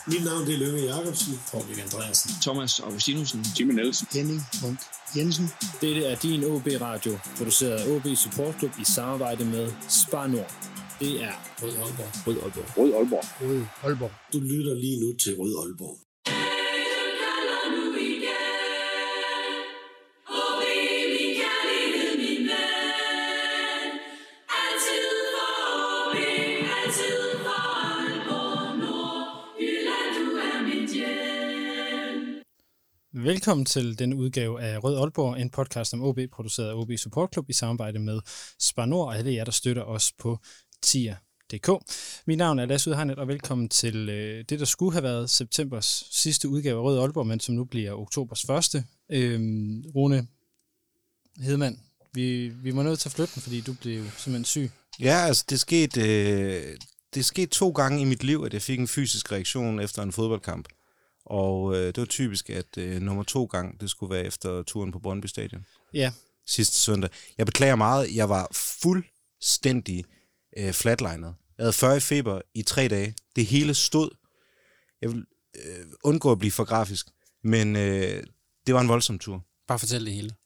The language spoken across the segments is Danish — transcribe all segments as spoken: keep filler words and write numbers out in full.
Mit navn det er Lønge Jacobsen. Paul Andreasen. Thomas Augustinussen. Jimmy Nielsen. Henning Munk Jensen. Dette er din O B-radio, produceret af O B Support Club i samarbejde med Spar Nord. Det er Rød Aalborg. Rød Aalborg. Rød Aalborg. Rød Aalborg. Du lytter lige nu til Rød Aalborg. Velkommen til den udgave af Rød Aalborg, en podcast om O B, produceret af O B Support Club i samarbejde med Spar Nord, og alle jer, der støtter os på tier punktum d k. Mit navn er Lasse Udhegnet, og velkommen til øh, det, der skulle have været septembers sidste udgave af Rød Aalborg, men som nu bliver oktobers første. Øhm, Rune Hedemann, vi, vi må nødt til at flytte den, fordi du blev simpelthen syg. Ja, altså det skete, øh, det skete to gange i mit liv, at jeg fik en fysisk reaktion efter en fodboldkamp. Og øh, det var typisk, at øh, nummer to gang, det skulle være efter turen på Brøndby Stadion. Ja. Sidste søndag. Jeg beklager meget, jeg var fuldstændig øh, flatlinet. Jeg havde fyrre i feber i tre dage. Det hele stod. Jeg vil øh, undgå at blive for grafisk, men øh, det var en voldsom tur. Bare fortæl det hele.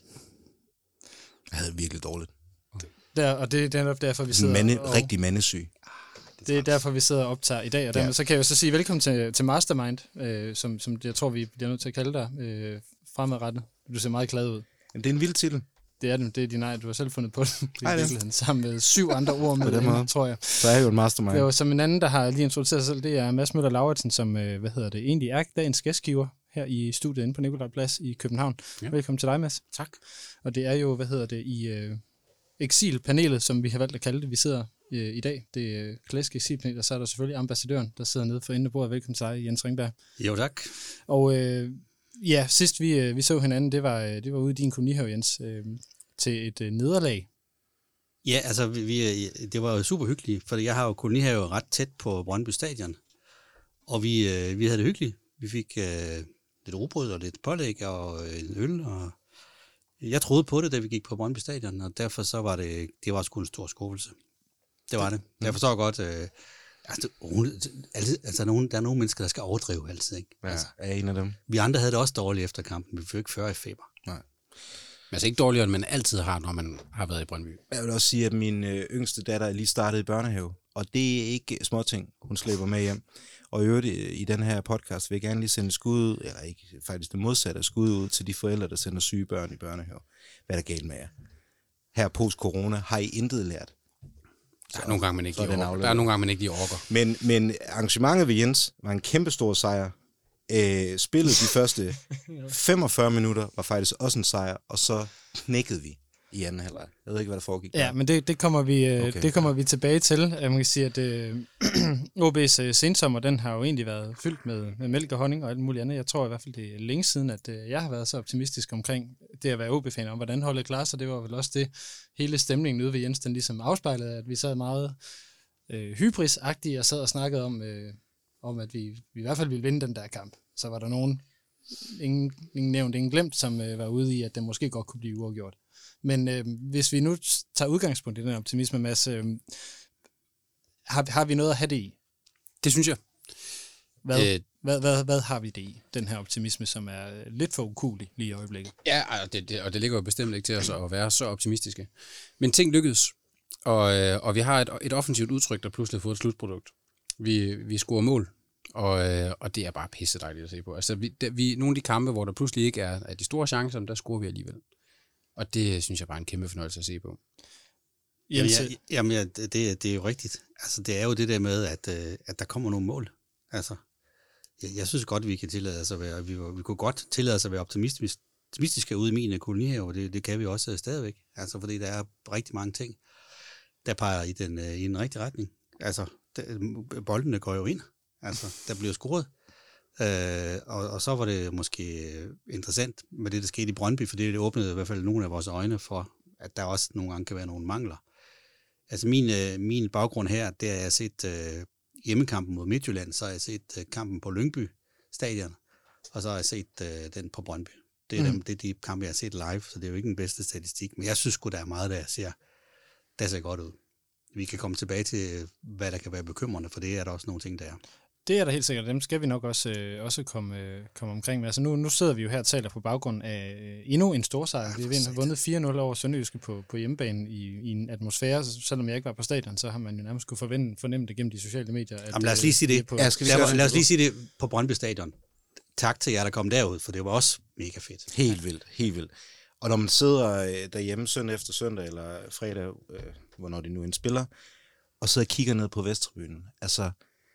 Jeg havde virkelig dårligt. Der, og det, det er derfor, vi sidder Mande, og... rigtig mandesyg. Det er derfor, vi sidder og optager i dag, og dermed ja. Så kan jeg jo så sige velkommen til, til Mastermind, øh, som, som jeg tror, vi bliver nødt til at kalde dig øh, fremadrettet. Du ser meget glad ud. Jamen, det er en vild titel. Det er det, det er din ej, du har selv fundet på den. Det er virkeligheden, sammen med syv andre ord med den, tror jeg. Så er jeg jo en mastermind. Det er jo som en anden, der har lige introduceret sig selv, det er Mads Møller Lauritsen, som, øh, hvad hedder det, egentlig er dagens gæstgiver her i studiet inde på Nikolaj Plads i København. Ja. Velkommen til dig, Mads. Tak. Og det er jo, hvad hedder det, i øh, eksilpanelet, som vi har valgt at kalde det, vi sidder i dag. Det er klassisk eksilpanel, og så er der selvfølgelig ambassadøren, der sidder nede for enden af bordet. Velkommen til dig, Jens Ringberg. Jo, tak. Og øh, ja, sidst vi, øh, vi så hinanden, det var, det var ude i din kolonihave, Jens, øh, til et øh, nederlag. Ja, altså, vi, det var jo super hyggeligt, for jeg har jo kolonihave ret tæt på Brøndby Stadion, og vi, øh, vi havde det hyggeligt. Vi fik øh, lidt rugbrød og lidt pålæg og en øl, og jeg troede på det, da vi gik på Brøndby Stadion, og derfor så var det, det var sgu en stor skuffelse. Det var det. Jeg forstår godt, øh, altså, altså nogen, der er nogle mennesker, der skal overdrive altid, ikke? Ja, altså, er en af dem. Vi andre havde det også dårligt efter kampen. Vi fik ikke fyrre i feber. Nej. Altså ikke dårligere, end man altid har, når man har været i Brøndby. Jeg vil også sige, at min øh, yngste datter er lige startet i børnehave, og det er ikke småting, hun slæber med hjem. Og i øvrigt i den her podcast vil jeg gerne lige sende skud ud, eller ikke faktisk det modsatte, skud ud til de forældre, der sender syge børn i børnehave. Hvad er der galt med jer? Her post-corona har I intet lært. Der er nogle gange, man ikke lige orker. Der er nogle gange, man ikke lige orker. Men, men arrangementet ved Jens var en kæmpe stor sejr. Æ, spillet de første femogfyrre minutter var faktisk også en sejr, og så knækkede vi i anden halvleg. Jeg ved ikke, hvad der foregik. Ja, der. men det, det kommer vi okay. det kommer vi tilbage til. Man kan sige, at øh, O B's øh, sensommer, den har jo egentlig været fyldt med, med mælk og honning og alt muligt andet. Jeg tror i hvert fald, det er længe siden, at øh, jeg har været så optimistisk omkring det at være O B-fan, om hvordan holdet klarer sig. Det var vel også det, hele stemningen ude ved Jens, den ligesom afspejlede, at vi sad meget øh, hybris-agtige og sad og snakkede om, øh, om at vi, vi i hvert fald ville vinde den der kamp. Så var der nogen, ingen, ingen nævnt, ingen glemt, som øh, var ude i, at det måske godt kunne blive uafgjort. Men øh, hvis vi nu tager udgangspunkt i den optimisme, Mads, øh, har, har vi noget at have det i? Det synes jeg. Hvad, øh, hvad, hvad, hvad har vi det i, den her optimisme, som er lidt for ukulig lige i øjeblikket? Ja, og det, det, og det ligger jo bestemt ikke til os at være så optimistiske. Men ting lykkedes, og, øh, og vi har et, et offensivt udtryk, der pludselig har fået et slutprodukt. Vi, vi scorer mål, og, øh, og det er bare pisse dejligt at se på. Altså, vi, der, vi, nogle af de kampe, hvor der pludselig ikke er, er de store chancer, der scorer vi alligevel. Og det synes jeg bare er en kæmpe fornøjelse at se på. Jamen, jeg, jamen ja, det, det er jo rigtigt. Altså, det er jo det der med, at, at der kommer nogle mål. Altså, jeg, jeg synes godt, vi kan tillade os at være, vi, vi kunne godt tillade os at være optimistiske, optimistiske ude i min kolonihave, og det, det kan vi også stadigvæk. Altså, fordi der er rigtig mange ting, der peger i den, i den rigtige retning. Altså, der, boldene går jo ind. Altså, der bliver scoret. Øh, og, og så var det måske interessant med det, der skete i Brøndby, for det åbnede i hvert fald nogle af vores øjne for, at der også nogle gange kan være nogle mangler. Altså min, øh, min baggrund her, det er, at jeg har set øh, hjemmekampen mod Midtjylland, så har jeg set øh, kampen på Lyngby Stadion, og så har jeg set øh, den på Brøndby. Det er, mm. dem, det er de kampe, jeg har set live, så det er jo ikke den bedste statistik, men jeg synes sgu, der er meget, der ser, der ser godt ud. Vi kan komme tilbage til, hvad der kan være bekymrende, for det er der også nogle ting, der er. Det er der helt sikkert. Dem skal vi nok også, øh, også komme, øh, komme omkring med. Altså nu, nu sidder vi jo her og taler på baggrund af øh, endnu en storsejr. Vi har vundet fire nul over Sønderjyske på, på hjemmebane i, i en atmosfære. Så selvom jeg ikke var på stadion, så har man jo nærmest kunne forvente, fornemme det gennem de sociale medier. At, Jamen, lad os lige sige det. På, ja, skal vi lad, lad os lige sige det på Brøndby Stadion. Tak til jer, der kom derud, for det var også mega fedt. Helt vildt, helt vildt. Og når man sidder derhjemme søndag efter søndag, eller fredag, øh, hvornår de nu indspiller, og sidder og kigger ned på Vesttribunen, altså,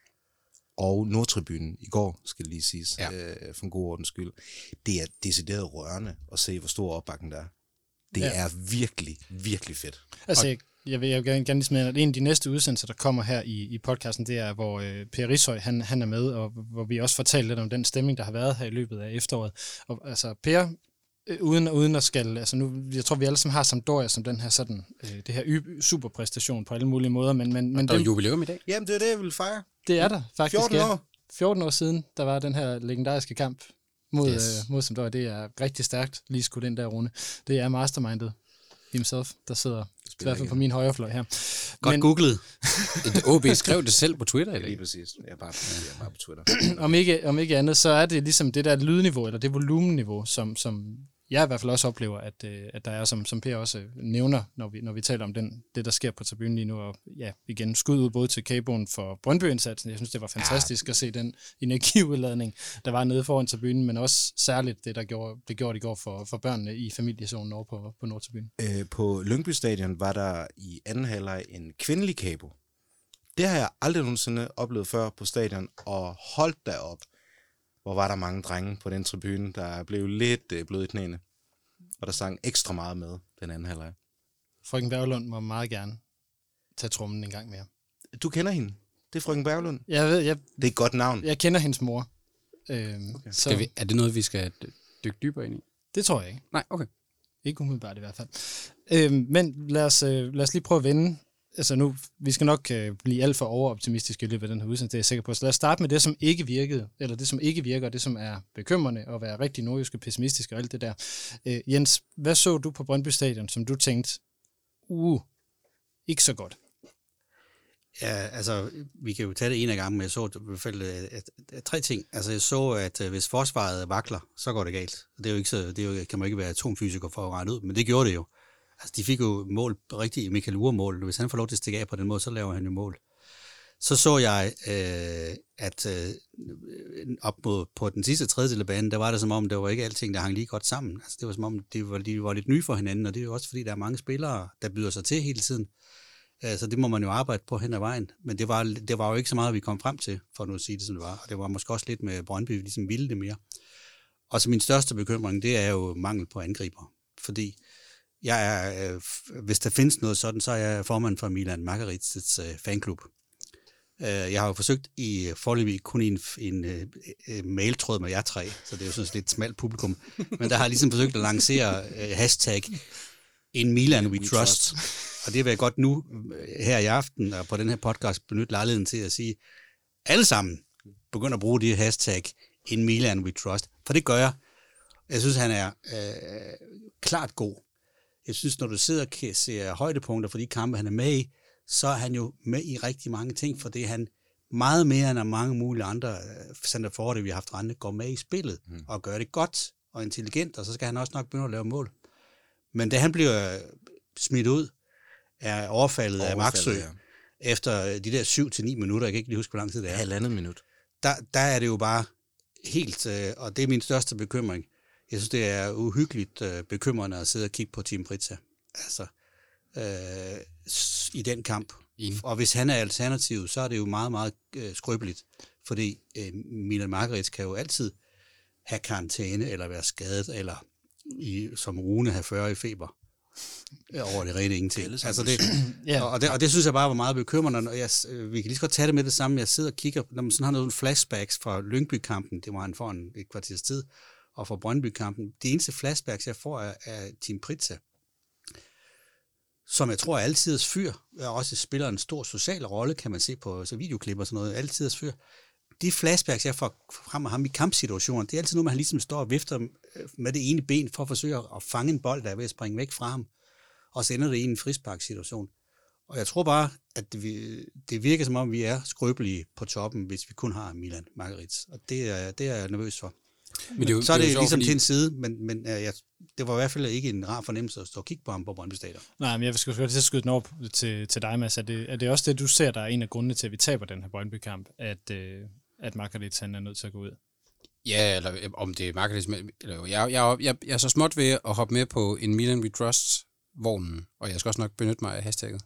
og Nordtribunen i går, skal det lige siges, ja. øh, for en god ordens skyld, det er decideret rørende at se, hvor stor opbakken der er. Det ja. er virkelig, virkelig fedt. Altså, jeg, jeg vil, jeg vil gerne, gerne lige smide, at en af de næste udsendelser, der kommer her i, i podcasten, det er, hvor øh, Per Rishøj, han, han er med, og hvor vi også fortæller lidt om den stemning, der har været her i løbet af efteråret. Og altså, Per, øh, uden, uden at skal, altså nu, jeg tror, vi alle sammen har Sampdoria som den her sådan, øh, det her y- superpræstation på alle mulige måder, men... men, men der er det, jubilæum i dag. Jamen, det er det, jeg vil fejre. Det er der faktisk, fjorten år. Ja. fjorten år siden, der var den her legendariske kamp mod, Yes. øh, mod Sampdoria. Det er rigtig stærkt, lige skudt ind der, Rune. Det er mastermindet himself, der sidder i hvert fald på min højre fløj her. Godt Men, googlet. O B skrev det selv på Twitter i Lige dag. præcis. Jeg er bare, jeg er bare på Twitter. om, ikke, om ikke andet, så er det ligesom det der lydniveau, eller det volumenniveau, som, som jeg i hvert fald også oplever, at, øh, at der er, som, som Per også nævner, når vi, når vi taler om den, det, der sker på tribunen lige nu. Og ja, igen, skud ud både til K-Bogen for Brøndby-indsatsen. Jeg synes, det var fantastisk ja. at se den energiudladning, der var nede foran tribunen, men også særligt det, der gjorde, blev gjort i går for, for børnene i familiezonen over på, på Nordtribunen. Øh, på Lyngby Stadion var der i anden halvleg en kvindelig kabo. Det har jeg aldrig nogensinde oplevet før på stadion, og holdt derop, hvor var der mange drenge på den tribune, der blev lidt øh, blød i knæene, og der sang ekstra meget med den anden halvleg. Frøken Berglund må meget gerne tage trummen en gang mere. Du kender hende? Det er Frøken Berglund. Jeg ved, jeg, Det er et godt navn. jeg kender hendes mor. Øhm, Okay. så Skal vi, er det noget, vi skal dykke dybere ind i? det tror jeg ikke. Nej, okay. Ikke umiddelbart i hvert fald. Øhm, men lad os, øh, lad os lige prøve at vende. Altså nu, vi skal nok øh, blive alt for overoptimistiske i løbet af den her udsendelse, det er jeg sikker på. Så lad os starte med det, som ikke virkede, eller det, som ikke virker, og det, som er bekymrende, og være rigtig nordjyske, pessimistiske og alt det der. Øh, Jens, hvad så du på Brøndby Stadion, som du tænkte, uh, ikke så godt? Ja, altså, vi kan jo tage det en af gangen, men jeg så i hvert fald at, at, at, tre ting. Altså, jeg så, at hvis forsvaret vakler, så går det galt. Det er jo ikke så, det er jo, kan man ikke være atomfysiker for at regne ud, men det gjorde det jo. Altså, de fik jo mål, rigtig Michael Ure-mål. Hvis han får lov til at stikke af på den måde, så laver han jo mål. Så så jeg, øh, at øh, op mod, på den sidste tredjedel af banen, der var det som om, der var ikke alting, der hang lige godt sammen. Altså, det var som om, de var, de var lidt nye for hinanden, og det er jo også fordi, der er mange spillere, der byder sig til hele tiden. Så det må man jo arbejde på hen ad vejen. Men det var, det var jo ikke så meget, vi kom frem til, for nu at sige det, som det var. Og det var måske også lidt med Brøndby, vi ligesom ville det mere. Og så min største bekymring, det er jo mangel på angriber. Fordi jeg er, øh, hvis der findes noget sådan, så er jeg formand for Milan Margarits øh, fanklub. Øh, jeg har jo forsøgt i foreløbig kun i en, en øh, øh, mailtråd med jer tre, så det er jo sådan et lidt smalt publikum. Men der har jeg ligesom forsøgt at lancere øh, hashtag In Milan We Trust. Og det vil jeg godt nu, her i aften, og på den her podcast, benytte lejligheden til at sige, alle sammen begynder at bruge det hashtag In Milan We Trust. For det gør jeg. Jeg synes, han er øh, klart god. Jeg synes, når du sidder og ser højdepunkter for de kampe, han er med i, så er han jo med i rigtig mange ting, for det er han meget mere end mange mulige andre center forward, vi har haft rende, går med i spillet mm. og gør det godt og intelligent, og så skal han også nok begynde at lave mål. Men da han bliver smidt ud, er overfaldet af Maxø, ja. Efter de der syv til ni minutter, jeg kan ikke lige huske, hvor lang tid det er. Halvandet minut. Der, der er det jo bare helt, øh, og det er min største bekymring. Jeg synes, det er uhyggeligt øh, bekymrende at sidde og kigge på Team Pritza. Altså, øh, i den kamp. Mm. Og hvis han er alternativ, så er det jo meget, meget øh, skrøbeligt. Fordi øh, Milan Margarits kan jo altid have karantæne, eller være skadet, eller i, som Rune have fyrre i feber. Over det rene ingenting. Det altså det, ja. og, det, og det synes jeg bare var meget bekymrende. Og jeg, vi kan lige så godt tage det med det samme. Jeg sidder og kigger, når man sådan har nogle flashbacks fra Lyngby-kampen, det var han for en, et kvarters tid, og fra Brøndby-kampen. De eneste flashbacks, jeg får, er, er Team Pritza, som jeg tror er altidets fyr, og også spiller en stor social rolle, kan man se på så videoklip og sådan noget, altidets fyr. De flashbacks, jeg får frem af ham i kampsituationer, det er altid noget, man ligesom står og vifter med det ene ben for at forsøge at fange en bold, der er ved at springe væk fra ham. Og så ender det i en frisparksituation. Og jeg tror bare, at det, det virker som om, vi er skrøbelige på toppen, hvis vi kun har Milan Margarit. Og det er, det er jeg nervøs for. Men det er jo, så er det, det er jo ligesom fordi... til en side, men, men uh, jeg, det var i hvert fald ikke en rar fornemmelse at stå og kigge på ham på Brøndby Stadion. Nej, men jeg skal godt til at skyde den over til, til dig, Mads. Er det, er det også det, du ser, der er en af grundene til, at vi taber den her Brøndby-kamp, at, øh, at Margarit han er nødt til at gå ud? Ja, eller om det er Margaret. Eller, jeg, jeg, jeg, jeg er så småt ved at hoppe med på en Milan We Trust-vognen, og jeg skal også nok benytte mig af hashtagget.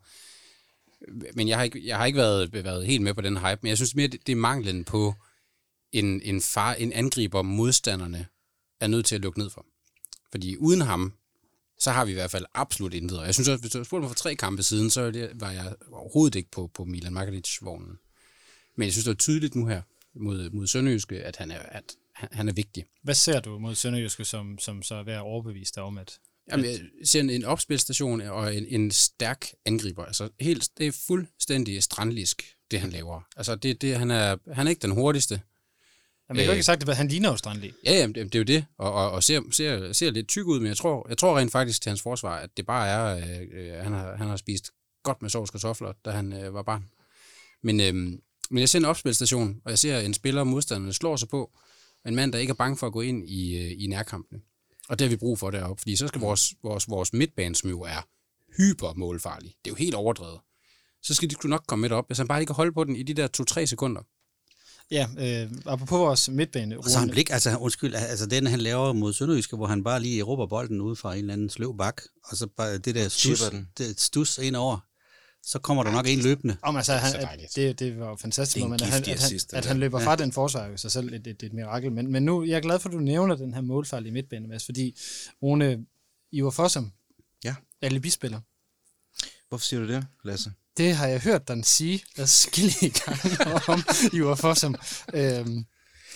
Men jeg har ikke, jeg har ikke været, været helt med på den hype, men jeg synes mere, det, det er manglen på en, en, far, en angriber, modstanderne er nødt til at lukke ned for. Fordi uden ham, så har vi i hvert fald absolut intet. Og jeg synes også, hvis du spurgte mig for tre kampe siden, så var jeg overhovedet ikke på, på Milan Margarit-vognen. Men jeg synes, det er tydeligt nu her mod, mod Sønderjyske, at han er, at han er vigtig. Hvad ser du mod Sønderjyske, som, som så er ved at overbevise dig om, at... Jamen, jeg ser en, en opspilstation og en, en stærk angriber. Altså, helt, det er fuldstændig strandlisk, det han laver. Altså, det, det, han, er, han er ikke den hurtigste. Jamen, jeg har ikke sagt, at han ligner jo Strandli. Ja, jamen, det, det er jo det, og, og, og ser, ser, ser lidt tyk ud, men jeg tror, jeg tror rent faktisk til hans forsvar, at det bare er, øh, han, har, han har spist godt med sovs kartofler, da han øh, var barn. Men, øh, men jeg ser en opspilstation, og jeg ser en spiller, modstanderne slår sig på, en mand, der ikke er bange for at gå ind i, øh, i nærkampene. Og det har vi brug for deroppe, fordi så skal vores, vores, vores midtbane, som jo er hypermålfarlig, det er jo helt overdrevet, så skal de nok komme med op, hvis han bare ikke kan holde på den i de der to-tre sekunder. Ja, øh, apropos vores midtbane. Og så han blik, altså undskyld, altså den han laver mod Sønderjyske, hvor han bare lige råber bolden ud fra en eller anden sløv bak, og så bare det der stus, det stus ind over, så kommer der nok en løbende. Om, altså, han, det, det var fantastisk, det men at, han, at, han, at han løber fra ja. den forsvar jo sig selv et, et, et mirakel. Men, men nu jeg er glad for, at du nævner den her målfarlige midtbane, Mads, fordi Rune Ivar Fossum, ja. alibispiller. Hvorfor siger du det, Lasse? Det har jeg hørt den sige adskillige gange om Ivar Fossum. Øhm.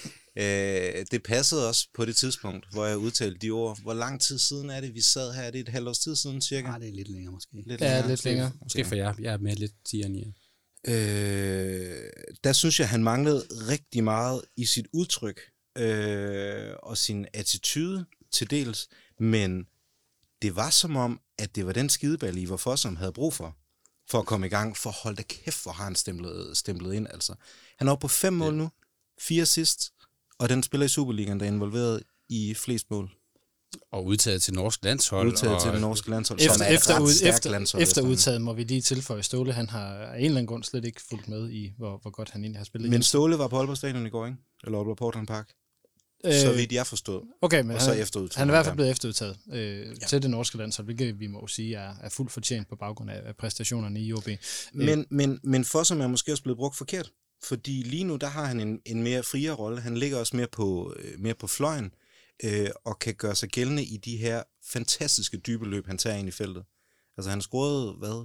Øh, det passede også på det tidspunkt, hvor jeg udtalte de ord. Hvor lang tid siden er det, vi sad her? Er det et halvt års tid siden, cirka? Nej, det er lidt længere måske. Lidt ja, længere. lidt længere. Måske for jer. Jeg er med lidt ti år ni. Øh, der synes jeg, han manglede rigtig meget i sit udtryk øh, og sin attitude til dels, men det var som om, at det var den skideball, Ivar Fossum havde brug for, for at komme i gang, for at holde da kæft, hvor har han stemplet, stemplet ind, altså. Han er oppe på fem mål nu, fire sidst, og den spiller i Superligaen, der er involveret i flest mål. Og udtaget til norsk landshold. Udtaget og... til det norske landshold, efter, som er efter, et ret stærkt efter, landshold. Efter udtaget må vi lige tilføje Ståle. Han har af en eller anden grund slet ikke fulgt med i, hvor, hvor godt han egentlig har spillet. Men Ståle var på Aalborg Stadion i går, ikke? Eller Aalborg Portland Park. Øh, så vidt jeg forstod. Okay, men og så han, han er i hvert fald blevet efterudtaget øh, ja. til det norske landshold, hvilket vi må sige er, er fuldt fortjent på baggrund af, af præstationerne i O B. Men, men, men Fossum er måske også blevet brugt forkert, fordi lige nu der har han en, en mere friere rolle. Han ligger også mere på, øh, mere på fløjen øh, og kan gøre sig gældende i de her fantastiske dybe løb, han tager ind i feltet. Altså han scorede, hvad?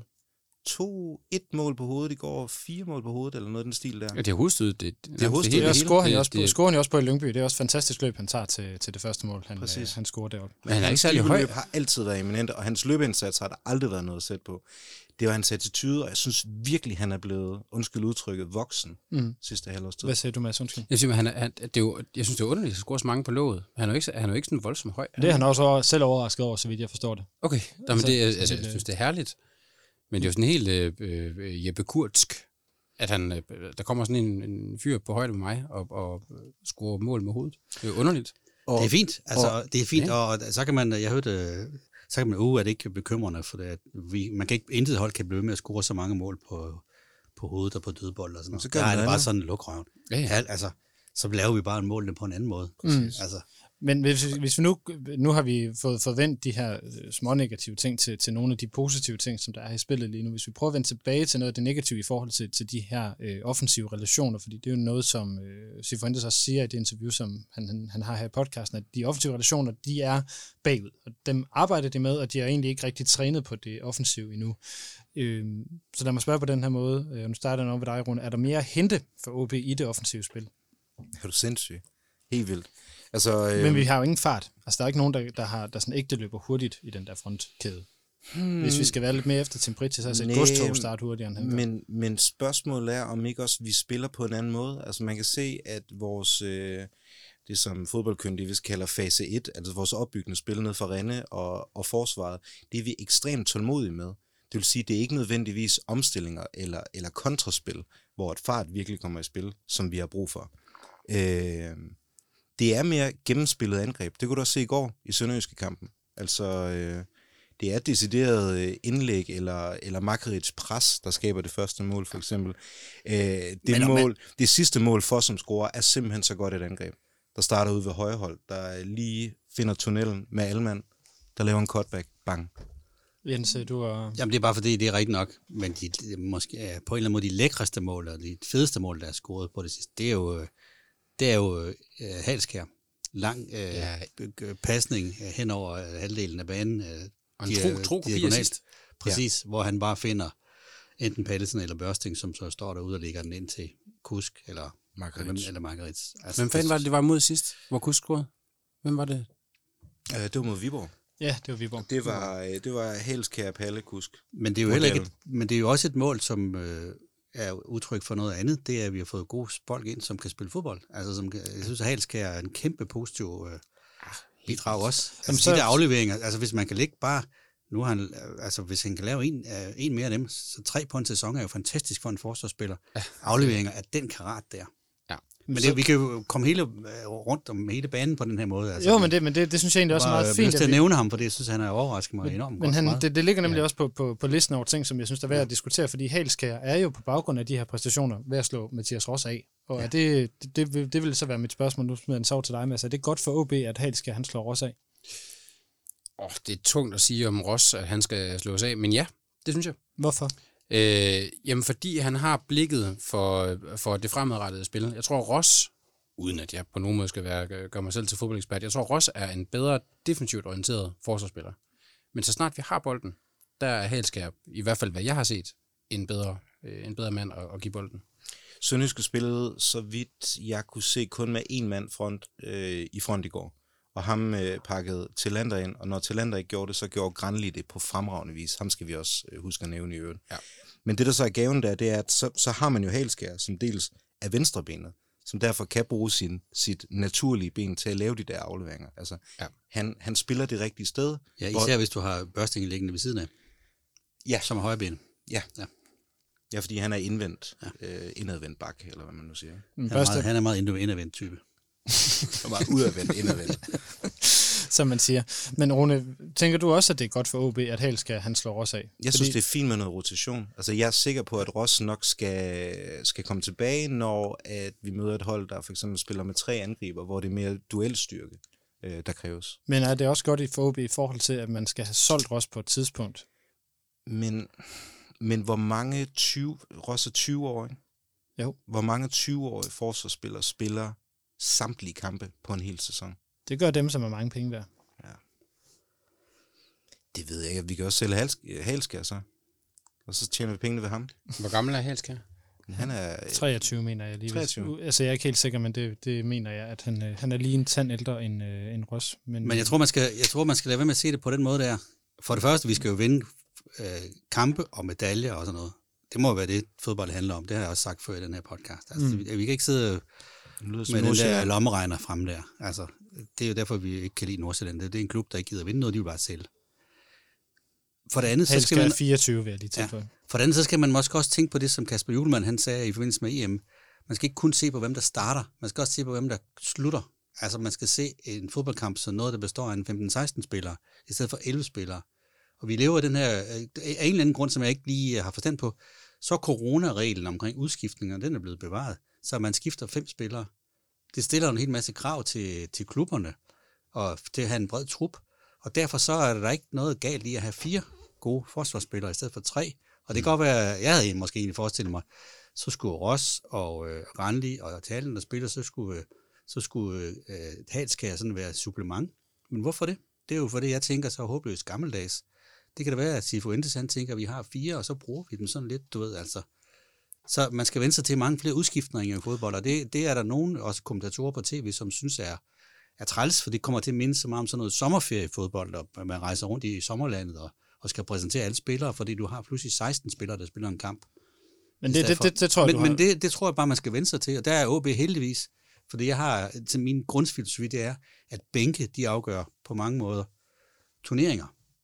To, et mål på hovedet i går, fire mål på hovedet, eller noget af den stil der. Ja, det er hovedstød. Det, det er hovedstød. Det, det scorer han jo også, på, scorer han også på i Lyngby. Det er også et fantastisk løb, han tager til, til det første mål, han, øh, han scorer deroppe. Men han er ikke særlig høj. Løb har altid været eminent, og hans løbeindsats har der aldrig været noget at sætte på. Det var hans attitude, og jeg synes virkelig, han er blevet, undskyld udtrykket, voksen mm. sidste halvårs tid. Hvad siger du, Mads? Undskyld. Jeg synes, han er, han, det er jo, jeg synes, det er underligt, at han scorer så mange på låget. Han er jo ikke, han er jo ikke sådan voldsomt høj. Det er han også selv overrasket over, så vidt jeg forstår det. Okay, Nå, men det, altså, jeg synes, det er herligt. Men det er jo sådan helt øh, øh, Jeppe Kurtsk, at han, øh, der kommer sådan en, en fyr på højde med mig og, og scorer mål med hovedet. Det er jo underligt. Og, det er fint, altså og, det er fint, ja. Og så kan man, jeg hørte, så kan man, uh, er det ikke bekymrende, for det, at vi, man kan ikke, intet hold kan blive med at score så mange mål på, på hovedet og på dødbold og sådan noget. Så der er det bare sådan en lukrøven. Ja, ja. Altså, så laver vi bare målene på en anden måde. Mm. Altså. Men hvis, hvis vi nu, nu har vi fået forventet de her små negative ting til, til nogle af de positive ting, som der er i spillet lige nu. Hvis vi prøver at vende tilbage til noget af det negative i forhold til, til de her øh, offensive relationer, fordi det er jo noget, som øh, Cifuentes også siger i det interview, som han, han, han har her i podcasten, at de offensive relationer, de er bagud. Og dem arbejder de med, og de er egentlig ikke rigtig trænet på det offensive endnu. Øh, så lad mig spørge på den her måde. Øh, nu starter jeg nok ved dig, Rune. Er der mere at hente for O B i det offensive spil? Er du sindssyg? Helt vildt. Altså, øh... Men vi har jo ingen fart. Altså, der er ikke nogen, der, der har der sådan ægte løber hurtigt i den der frontkæde. Hmm. Hvis vi skal være lidt mere efter Timbrich, så er det godstog start hurtigere end han gør. Men, men spørgsmålet er, om ikke også vi spiller på en anden måde. Altså, man kan se, at vores, øh, det som fodboldkyndige vi kalder fase et, altså vores opbyggende spil ned for Rene og, og forsvaret, det er vi ekstremt tålmodige med. Det vil sige, det er ikke nødvendigvis omstillinger eller, eller kontraspil, hvor et fart virkelig kommer i spil, som vi har brug for. Øh, det er mere gennemspillet angreb. Det kunne du også se i går i Sønderjyske kampen. Altså, øh, det er decideret indlæg eller, eller Makarits pres, der skaber det første mål, for eksempel. Øh, det, men, mål, men, det sidste mål for som scorer er simpelthen så godt et angreb. Der starter ud ved højre hold, der lige finder tunnelen med Alman, der laver en cutback, bang. Jens, du er... Jamen, det er bare fordi, det er rigtigt nok, men de, de, måske er på en eller anden måde de lækreste mål, og de fedeste mål, der er scoret på det sidste, det er jo, det er jo uh, Halskær. Lang uh, ja. pasning hen over uh, halvdelen af banen. Uh, og en tro, tro diagonalt. Præcis, ja. Hvor han bare finder enten Pallesen eller Børsting, som så står derude og lægger den ind til Kusk eller Margarits. Eller Margarits. Altså, hvem fanden var det, det var mod sidst, hvor Kusk scorede? Hvem var det? Uh, det var mod Viborg. Ja, det var Viborg. Det var, det var Halskær Palle Kusk. Men det er jo heller ikke et, men det er jo også et mål, som øh, er udtryk for noget andet. Det er, at vi har fået gode folk ind, som kan spille fodbold. Altså, som, jeg synes, at Halskær er en kæmpe positiv øh, bidrag også. Altså, så... de der afleveringer, altså hvis man kan lægge bare, nu har han, altså hvis han kan lave en, øh, en mere af dem, så tre på en sæson er jo fantastisk for en forsvarsspiller. Ja. Afleveringer af den karat der. Men det, vi kan jo komme hele rundt om hele banen på den her måde. Altså, jo, men det, men det, det synes jeg egentlig også er meget fint. Jeg vil til at nævne ham, for det synes han har overrasket mig men, enormt men godt. Men det, det ligger nemlig ja. også på, på, på listen over ting, som jeg synes, der er værd at diskutere, fordi Halskær er jo på baggrund af de her præstationer ved at slå Mathias Ross af. Og ja. det, det, det, det vil så være mit spørgsmål, nu smider en sov til dig, Mads. Er det godt for O B, at Halskær han slår Ross af? Oh, det er tungt at sige om Ross, at han skal slås af, men ja, det synes jeg. Hvorfor? Øh, jamen, fordi han har blikket for, for det fremadrettede spil. Jeg tror, Ross... uden at jeg på nogen måde skal være, gøre mig selv til fodboldekspert. Jeg tror, Ross er en bedre defensivt orienteret forsvarsspiller. Men så snart vi har bolden, der er Halskær, i hvert fald hvad jeg har set, en bedre, øh, en bedre mand at, at give bolden. Sønderjyske spillede, så vidt jeg kunne se, kun med en mand front, øh, i front i går. Og ham øh, pakkede Tillander ind, og når Tillander ikke gjorde det, så gjorde Granli det på fremragende vis. Ham skal vi også øh, huske at nævne i øvrigt. Ja. Men det, der så er gaven der, det er, at så, så har man jo Halskær, som dels er venstrebenet, som derfor kan bruge sin, sit naturlige ben til at lave de der afleveringer. Altså, ja. han, han spiller det rigtige sted. Ja, især hvor, hvis du har Børsting liggende ved siden af. Ja. Som er højreben. Ja. ja. Ja, fordi han er indvendt, ja. øh, indadvendt bak, eller hvad man nu siger. Han er meget, han er meget indadvendt type. Og meget udadvendt, indadvendt. Som man siger. Men Rune, tænker du også, at det er godt for O B, at Halskær han slår Ross af? Jeg synes, Fordi... det er fint med noget rotation. Altså, jeg er sikker på, at Ross nok skal, skal komme tilbage, når at vi møder et hold, der for eksempel spiller med tre angriber, hvor det er mere duelstyrke, øh, der kræves. Men er det også godt for O B i forhold til, at man skal have solgt Ross på et tidspunkt? Men, men hvor mange tyve, Ross er tyve år, ikke? Jo. Hvor mange tyve-årige forsvarsspillere spiller samtlige kampe på en hel sæson? Det gør dem, som har mange penge værd. Ja. Det ved jeg ikke. Vi kan også sælge Halskær så. Og så tjener vi pengene ved ham. Hvor gammel er Halskær? Han er... treogtyve, mener jeg lige. treogtyve. Altså, jeg er ikke helt sikker, men det, det mener jeg, at han, han er lige en tand ældre end, øh, end Ross. Men, men jeg tror, man skal, jeg tror, man skal lade være med at se det på den måde der. For det første, vi skal jo vinde øh, kampe og medaljer og sådan noget. Det må jo være det, fodbold handler om. Det har jeg også sagt før i den her podcast. Altså, mm. vi, vi kan ikke sidde med den der lommeregner frem der. Altså, det er jo derfor, vi ikke kan lide Nordsjælland. Det er en klub, der ikke gider vinde noget, de vil bare sælge. For det andet, så skal man... fireogtyve, vil jeg lige tilføje. Ja. For det andet, så skal man måske også tænke på det, som Kasper Hjulmand, han sagde i forbindelse med E M. Man skal ikke kun se på, hvem der starter. Man skal også se på, hvem der slutter. Altså, man skal se en fodboldkamp som noget, der består af en femten seksten spillere, i stedet for elleve spillere. Og vi lever i den her... Af en eller anden grund, som jeg ikke lige har forstand på, så coronareglen omkring udskiftninger, den er blevet bevaret. Så man skifter fem spillere. Det stiller en hel masse krav til, til klubberne, og til at have en bred trup. Og derfor så er der ikke noget galt i at have fire gode forsvarsspillere i stedet for tre. Og det kan godt være, jeg havde måske egentlig forestillet mig, så skulle Ross og øh, Randli og Talen, der spiller, så skulle, øh, så skulle øh, Halskær sådan være supplement. Men hvorfor det? Det er jo fordi, jeg tænker så håbløst gammeldags. Det kan da være, at Cifuentes han tænker, at vi har fire, og så bruger vi dem sådan lidt, du ved, altså. Så man skal vende sig til mange flere udskiftninger i fodbold, og det, det er der nogen, også kommentatorer på tv, som synes er, er træls, for det kommer til at minde så meget om sådan noget sommerferie i fodbold, og man rejser rundt i sommerlandet og, og skal præsentere alle spillere, fordi du har pludselig seksten spillere, der spiller en kamp. Men det, det, det, det tror jeg, men, du har... Men det, det tror jeg bare, man skal vende sig til, og der er O B heldigvis, fordi jeg har, til min grundfilosofi, det er, at bænke, de afgør på mange måder turneringer.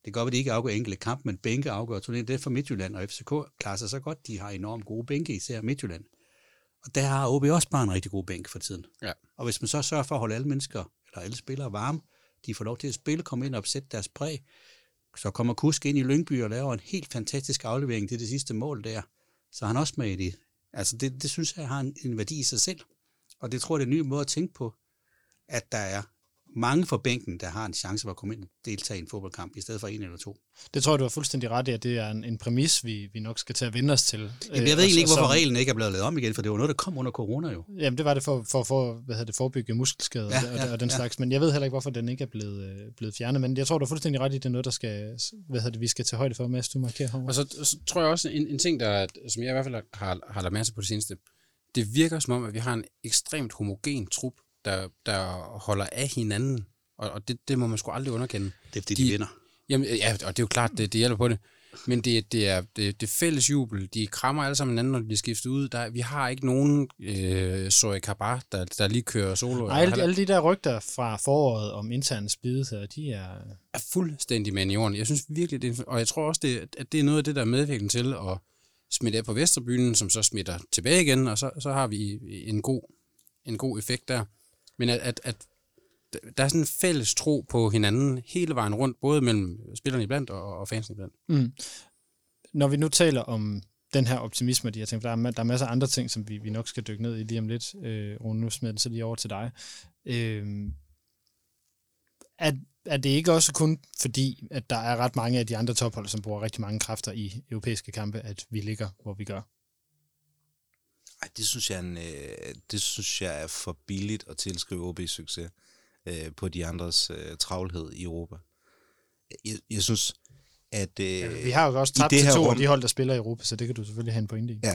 Det går, at de ikke afgør enkelte kamp, men bænke afgør turneringen. Det er for Midtjylland, og F C K klarer sig så godt. De har enormt gode bænke, især Midtjylland. Og der har O B også bare en rigtig god bænk for tiden. Ja. Og hvis man så sørger for at holde alle mennesker, eller alle spillere varme, de får lov til at spille, komme ind og opsætte deres præg, så kommer Kusk ind i Lyngby og laver en helt fantastisk aflevering til det sidste mål der. Så er han også med i det. Altså det, det synes jeg har en, en værdi i sig selv. Og det tror jeg, det er en ny måde at tænke på, at der er mange for bænken, der har en chance for at komme ind og deltage i en fodboldkamp, i stedet for en eller to. Det tror jeg, du har fuldstændig ret i, at det er en, en præmis, vi, vi nok skal til at vende os til. Jamen, jeg ved egentlig ikke, hvorfor reglen ikke er blevet lavet om igen, for det var noget, der kom under corona jo. Jamen, det var det for, for, for hvad hedder det, forebygge muskelskader ja, ja, og, og den ja. slags, men jeg ved heller ikke, hvorfor den ikke er blevet, blevet fjernet, men jeg tror, du har fuldstændig ret i, det er noget, der skal, hvad hedder det, vi skal tage højde for, Mads, du markerer herovre. Og så, så tror jeg også, en, en ting, der, som jeg i hvert fald har, har lagt mærke på det seneste, det virker som om, at vi har en ekstremt homogen trup, der, der holder af hinanden. Og det, det må man sgu aldrig underkende. Det er fordi, de, de vinder. Jamen, ja, og det er jo klart, det, det hjælper på det. Men det, det er det, det fælles jubel. De krammer alle sammen hinanden, når de bliver skiftet ud. Der, vi har ikke nogen øh, Zoe Kabar, der, der lige kører solo. Nej, alle, alle de der rygter fra foråret om interne splidelser, de er... er fuldstændig med i jorden. Jeg synes virkelig, det er, og jeg tror også, det, at det er noget af det, der er medvirkende til at smitte af på Vesterbyen, som så smitter tilbage igen, og så, så har vi en god, en god effekt der. Men at, at, at der er sådan en fælles tro på hinanden hele vejen rundt, både mellem spillerne iblandt og, og fansene iblandt. Mm. Når vi nu taler om den her optimisme, de jeg tænker, der er, der er masser af andre ting, som vi, vi nok skal dykke ned i lige om lidt. Øh, Rune, nu smider den så lige over til dig. Øh, er, er det ikke også kun fordi, at der er ret mange af de andre tophold, som bruger rigtig mange kræfter i europæiske kampe, at vi ligger, hvor vi gør? Ej, det synes jeg, en, øh, det synes jeg er for billigt at tilskrive O B's succes øh, på de andres øh, travlhed i Europa. Jeg, jeg synes, at øh, ja, vi har jo også tabt til to rum, af de hold, der spiller i Europa, så det kan du selvfølgelig have en pointe i. Ja.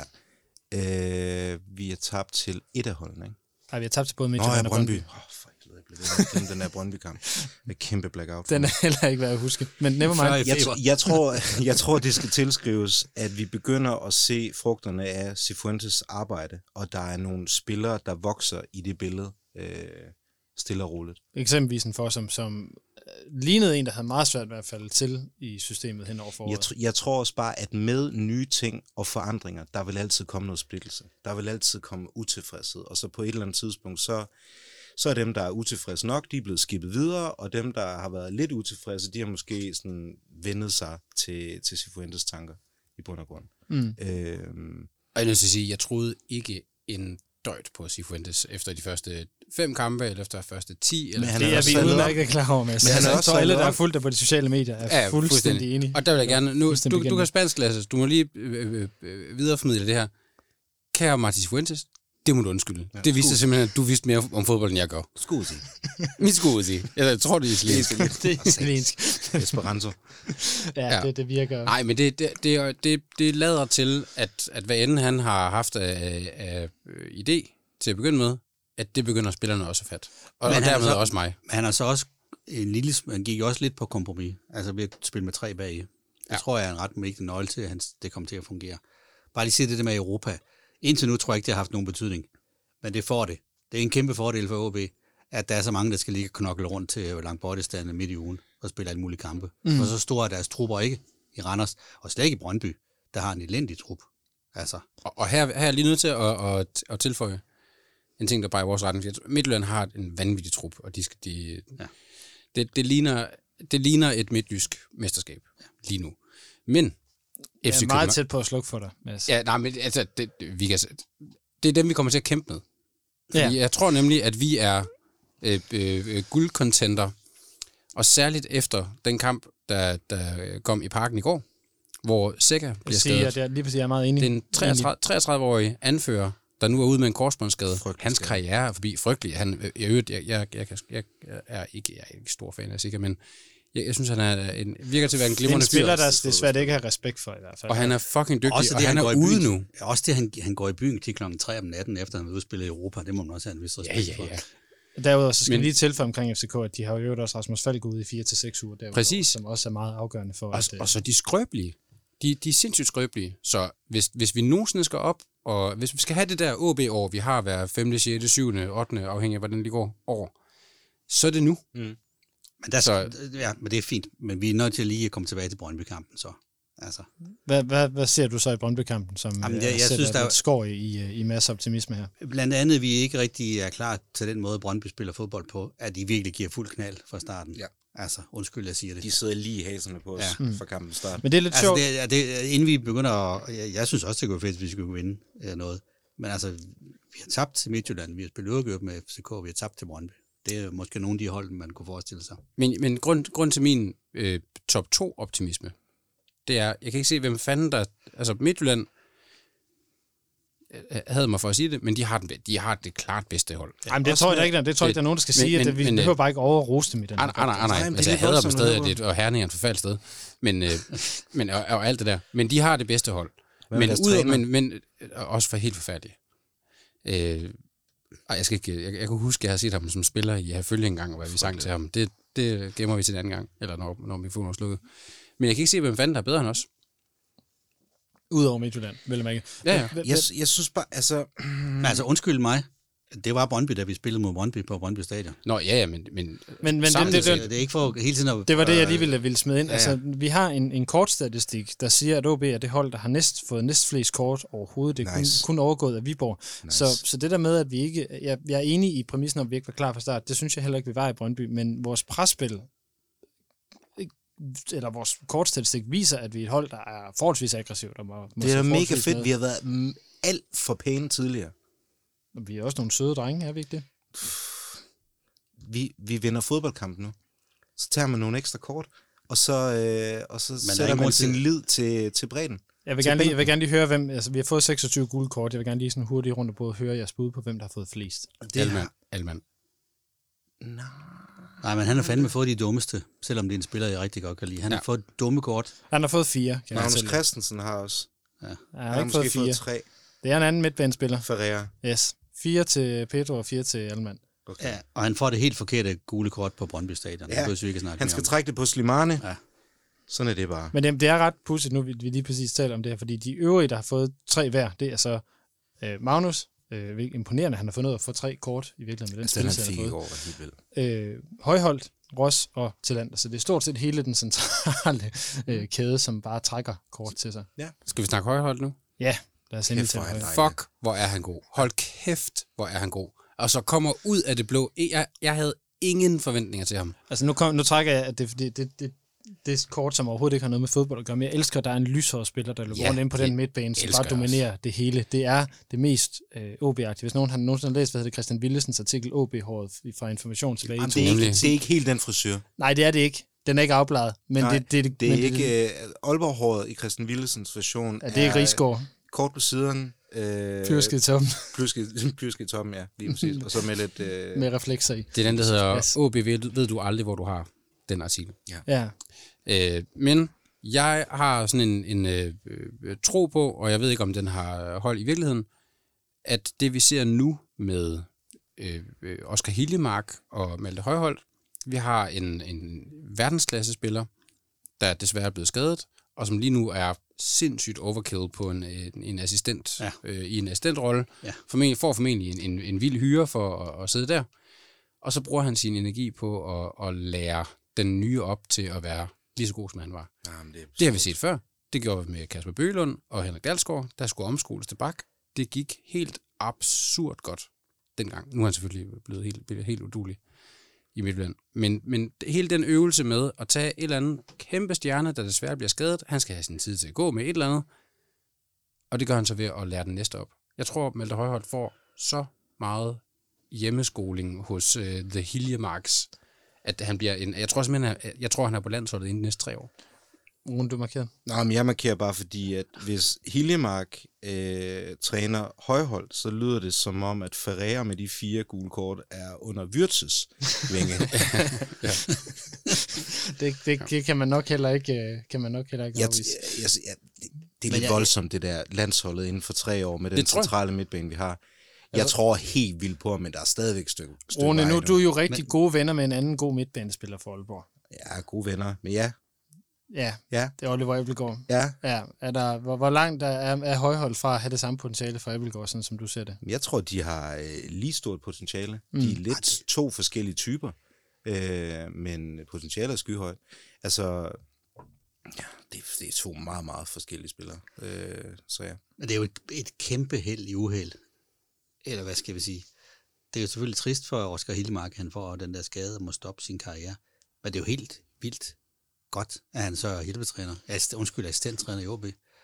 Øh, vi er tabt til et af holdene, ikke? Nej, vi har tabt til både Midtjylland Nå, ja, Brøndby. Åh, oh, for helvede, jeg blev ved med den der Brøndby-kamp. Med kæmpe blackout. Den er heller ikke værd at huske. Men never mind. Jeg, t- jeg, tror, jeg tror, det skal tilskrives, at vi begynder at se frugterne af Cifuentes arbejde, og der er nogle spillere, der vokser i det billede øh, stille og roligt. Eksempelvis en for, som, som lignede en, der havde meget svært ved at falde til i systemet hen over foråret. Jeg, tr- jeg tror også bare, at med nye ting og forandringer, der vil altid komme noget splittelse. Der vil altid komme utilfredshed, og så på et eller andet tidspunkt, så, så er dem, der er utilfredse nok, de er blevet skibet videre, og dem, der har været lidt utilfredse, de har måske sådan vendet sig til, til Cifuentes tanker i bund og grund. Mm. Øhm. Og jeg er nødt til at sige, jeg troede ikke en døjt på Cifuentes efter de første fem kampe, eller efter de første ti. Eller det er vi udmærket klar over, Mads. Men han er også alle, der er fulgt der på de sociale medier, er ja, fuldstændig, fuldstændig enige. Og der vil jeg gerne, nu, du, du kan spansk, Lasse, du må lige øh, øh, videreformidle det her. Kære Martin Cifuentes, det må du undskylde. Ja, det viste sig simpelthen, at du vidste mere om fodbold, end jeg gør. Scusi. Mit scusi. Jeg tror, det er italiensk. Det er italiensk. Esperanto. Ja, ja. Det, det virker. Nej, men det, det, det, det, det lader til, at, at hvad end han har haft af, af idé til at begynde med, at det begynder spillerne også at fatte. Og, og dermed så, også mig. Han har så også en lille, han gik også lidt på kompromis. Altså ved at spille med tre bag i. Det ja. tror jeg er en ret vigtig nøgle til, at det kommer til at fungere. Bare lige sige det der med Europa. Indtil nu tror jeg ikke, det har haft nogen betydning. Men det får det. Det er en kæmpe fordel for O B, at der er så mange, der skal ligge og knokle rundt til langt bortestande midt i ugen og spille alle mulige kampe. Mm. Og så store er deres trupper ikke i Randers, og slet ikke i Brøndby, der har en elendig trup. Altså. Og, og her, her er jeg lige nødt til at, at, at tilføje en ting, der bare er i vores retning. Midtjylland har en vanvittig trup, og de skal, de, ja. det, det, ligner, det ligner et midtjysk mesterskab ja. lige nu. Men jeg er meget tæt på at slukke for dig, Mads. Ja, nej, men altså, det, vi kan, det er dem, vi kommer til at kæmpe med. Ja. Jeg tror nemlig, at vi er øh, øh, guldcontenter, og særligt efter den kamp, der, der kom i parken i går, hvor Seca bliver skadet. Jeg siger, lige præcis, jeg er meget enig. Den treogtredive-årige anfører, der nu er ude med en korsbåndsskade. Hans karriere er forbi frygtelig. Han, jeg, jeg, jeg, jeg, jeg, jeg, jeg, er ikke, jeg er ikke stor fan af Seca, men jeg, jeg synes, han er en, virker til at være en glimrende fyr. En spiller, der det er svært ikke at have respekt for i hvert fald. Og han er fucking dygtig, også og det, han, han er ude nu. Også det, han, han går i byen til klokken tre om natten, efter han har udspillet i Europa, det må man også have en vis respekt ja, ja, ja. for. Derudover så skal men, vi lige tilføje omkring F C K, at de har jo også Rasmus Falk ude i fire til seks uger, derudover, præcis. Som også er meget afgørende for. Og, at, og så de skrøbelige. De, de er sindssygt skrøbelige. Så hvis, hvis vi nogensinde skal op, og hvis vi skal have det der O B-år, vi har hver femte, sjette, syvende, ottende, afhængig af hvordan det går, år, så er det nu. Mm. Men, der, så, ja, men det er fint. Men vi er nødt til lige at komme tilbage til Brøndby-kampen, så. Altså. Hvad, hvad, hvad ser du så i Brøndby-kampen, som Jamen, jeg, jeg, jeg synes, der er skår i, i, i masser optimisme her? Blandt andet, vi ikke rigtig er klar til den måde, Brøndby spiller fodbold på, at de virkelig giver fuld knald fra starten. Ja. Altså, undskyld, jeg siger det. De sidder lige i haserne på os ja. Mm. fra kampens start. Men det er lidt altså, sjovt. Det, det, inden vi begynder at... Jeg, jeg synes også, det kunne være fedt, hvis vi skulle vinde noget. Men altså, vi har tabt til Midtjylland, vi har spillet uafgjort med F C K, vi har tabt til Brøndby. Det er måske nogle af de hold, man kunne forestille sig. Men, men grund, grund til min øh, top to optimisme, det er, jeg kan ikke se, hvem fanden der... Altså, Midtjylland havde mig for at sige det, men de har, den, de har det klart bedste hold. Jamen, det tror jeg da ikke, det tror jeg, der er nogen, der skal men, sige, men, at vi men, behøver bare ikke overrose dem i den. Nej, nej, nej, nej. Altså, jeg hader dem stadig, at det er Herning er et forfærdeligt sted. Men, øh, men, og, og alt det der. Men de har det bedste hold. Men, ud, men, men også for helt forfærdeligt. Øh, ej, jeg, skal ikke, jeg, jeg kunne huske, at jeg har set ham som spiller i Herfølge engang, og hvad vi sang til ham. Det, det gemmer vi til en anden gang, eller når, når vi får noget slukket. Men jeg kan ikke se, hvem fanden der er bedre end os. Udover Midtjylland, vil jeg mærke. Ja, ja. Jeg, jeg synes bare, altså... Men altså, undskyld mig. Det var Brøndby, da vi spillede mod Brøndby på Brøndby Stadion. Nå, ja, ja, men... Men, men, men det, det, det, det, det er ikke for hele tiden at... Det var det, jeg lige ville, ville smide ind. Ja, ja. Altså, vi har en, en kortstatistik, der siger, at O B er det hold, der har næst, fået næst flest kort overhovedet. Det er nice. kun, kun overgået af Viborg. Nice. Så, så det der med, at vi ikke... Jeg, jeg er enig i præmissen, om vi ikke var klar fra start. Det synes jeg heller ikke, vi var i Brøndby. Men vores presspil, eller vores kortstatistik, viser, at vi er et hold, der er forholdsvis aggressivt. Og må, det er da mega fedt. Med. Vi har været alt for pæne tidligere. Vi er også nogle søde drenge, er vi ikke det? Vi, vi vinder fodboldkamp nu. Så tager man nogle ekstra kort, og så, øh, og så sætter man sin til... lid til, til bredden. Jeg vil, gerne lige, jeg vil gerne lige høre, hvem... Altså, vi har fået seksogtyve gule kort. Jeg vil gerne lige sådan hurtigt rundt og både høre jeres bud på, hvem der har fået flest. Det Alman. Alman. No. Nej, men han har fandme fået de dummeste, selvom det er en spiller, jeg rigtig godt kan lide. Han ja. har fået dumme kort. Han har fået fire. Magnus Christensen har også. Ja. Han har, han har ikke fået fire. Fået tre. Det er en anden midtbanespiller. Ferreira. Yes. Fire til Pedro og fire til Alman. Okay. Ja, og han får det helt forkerte gule kort på Brøndby Stadion. Ja. Det vi ikke snakke han skal trække det på Slimane. Ja. Sådan er det bare. Men det, det er ret pudsigt, nu vi, vi lige præcis taler om det her, fordi de øvrige, der har fået tre hver, det er så øh, Magnus. Øh, imponerende, han har fundet ud af at få tre kort i virkeligheden med den spil, han har fået. Øh, Højholdt, Ross og Tillander. Så det er stort set hele den centrale øh, kæde, som bare trækker kort til sig. Ja. Skal vi snakke Højholdt nu? Ja, lad os endelig tage Højholdt. Fuck, hvor er han god. Hold kæft, hvor er han god. Og så kommer ud af det blå. Jeg, jeg havde ingen forventninger til ham. Altså nu, kom, nu trækker jeg, at det, det, det, det, det er kort, som overhovedet ikke har noget med fodbold at gøre, men jeg elsker, at der er en lyshåret spiller, der løber ja, rundt ind på den midtbane, som bare dominerer også det hele. Det er det mest øh, O B-agtige. Hvis nogen har nogensinde læst, hvad hedder det, Christian Willesens artikel O B-håret fra Information tilbage i to tusind. Det, det er ikke helt den frisyr. Nej, det er det ikke. Den er ikke afbladet. Men Nej, det, det, det, det er men ikke... Det, uh, Aalborg-håret i Christian Willesens version ja, det er ikke Rigsgaard. Kort på siden. Øh, Pyrske i toppen. Pyrske i toppen, ja. Lige præcis. Og så med lidt... Øh, med reflekser i. Det er den, der hedder yes. O B, ved, ved du aldrig, hvor du har den artikel. Ja. ja. Øh, men jeg har sådan en, en øh, øh, tro på, og jeg ved ikke, om den har hold i virkeligheden, at det vi ser nu med øh, Oscar Hiljemark og Malte Højholdt, vi har en, en verdensklassespiller, der desværre er blevet skadet, og som lige nu er sindssygt overkill på en, en, en assistent, ja. øh, i en assistentrolle. Ja. Formentlig, får formentlig en, en, en vild hyre for at, at sidde der, og så bruger han sin energi på at, at lære den nye op til at være lige så god, som han var. Jamen, det, det har vi set før. Det gjorde vi med Kasper Bøgelund og Henrik Dalsgaard, der skulle omskoles til bak. Det gik helt absurd godt dengang. Nu er han selvfølgelig blevet helt, blevet helt uduelig i Midtjylland. Men, men hele den øvelse med at tage et eller andet kæmpe stjerne, der desværre bliver skadet, han skal have sin tid til at gå med et eller andet, og det gør han så ved at lære den næste op. Jeg tror, Malte Højholdt får så meget hjemmeskoling hos uh, The Hiljemarks, at han bliver en... Jeg tror simpelthen, jeg, jeg tror, han er på landsholdet inden næste tre år. Rune, du markerer? Nej, men jeg markerer bare, fordi at hvis Hiljemark øh, træner Højholdt, så lyder det som om, at Ferreira med de fire gule kort er under Wirtzes vinge. ja. det, det, det kan man nok heller ikke kan man nok heller ikke jeg, jeg, jeg, jeg, det, det er lidt jeg, voldsomt, det der landsholdet inden for tre år med den centrale midtbane, vi har. Jeg altså, tror helt vildt på, men der er stadigvæk et stykke, stykke Rune, nu du er jo rigtig men, gode venner med en anden god midtbanespiller for Aalborg. Ja, gode venner, men ja. Ja, ja. Det er Oliver Abildgaard. Ja. ja er der, hvor, hvor langt er, er Højholdt fra at have det samme potentiale for Abildgaard, sådan som du ser det? Jeg tror, de har øh, lige stort potentiale. Mm. De er lidt to forskellige typer. øh, men potentialet er skyhøjt. Altså, ja, det, det er to meget, meget forskellige spillere. Øh, så ja. Men det er jo et, et kæmpe held i uheld. Eller hvad skal vi sige? Det er jo selvfølgelig trist for Oscar Hillemark, han får den der skade og må stoppe sin karriere. Men det er jo helt vildt godt, at han så er hjælpetræner. Undskyld, assistenttræner i O B.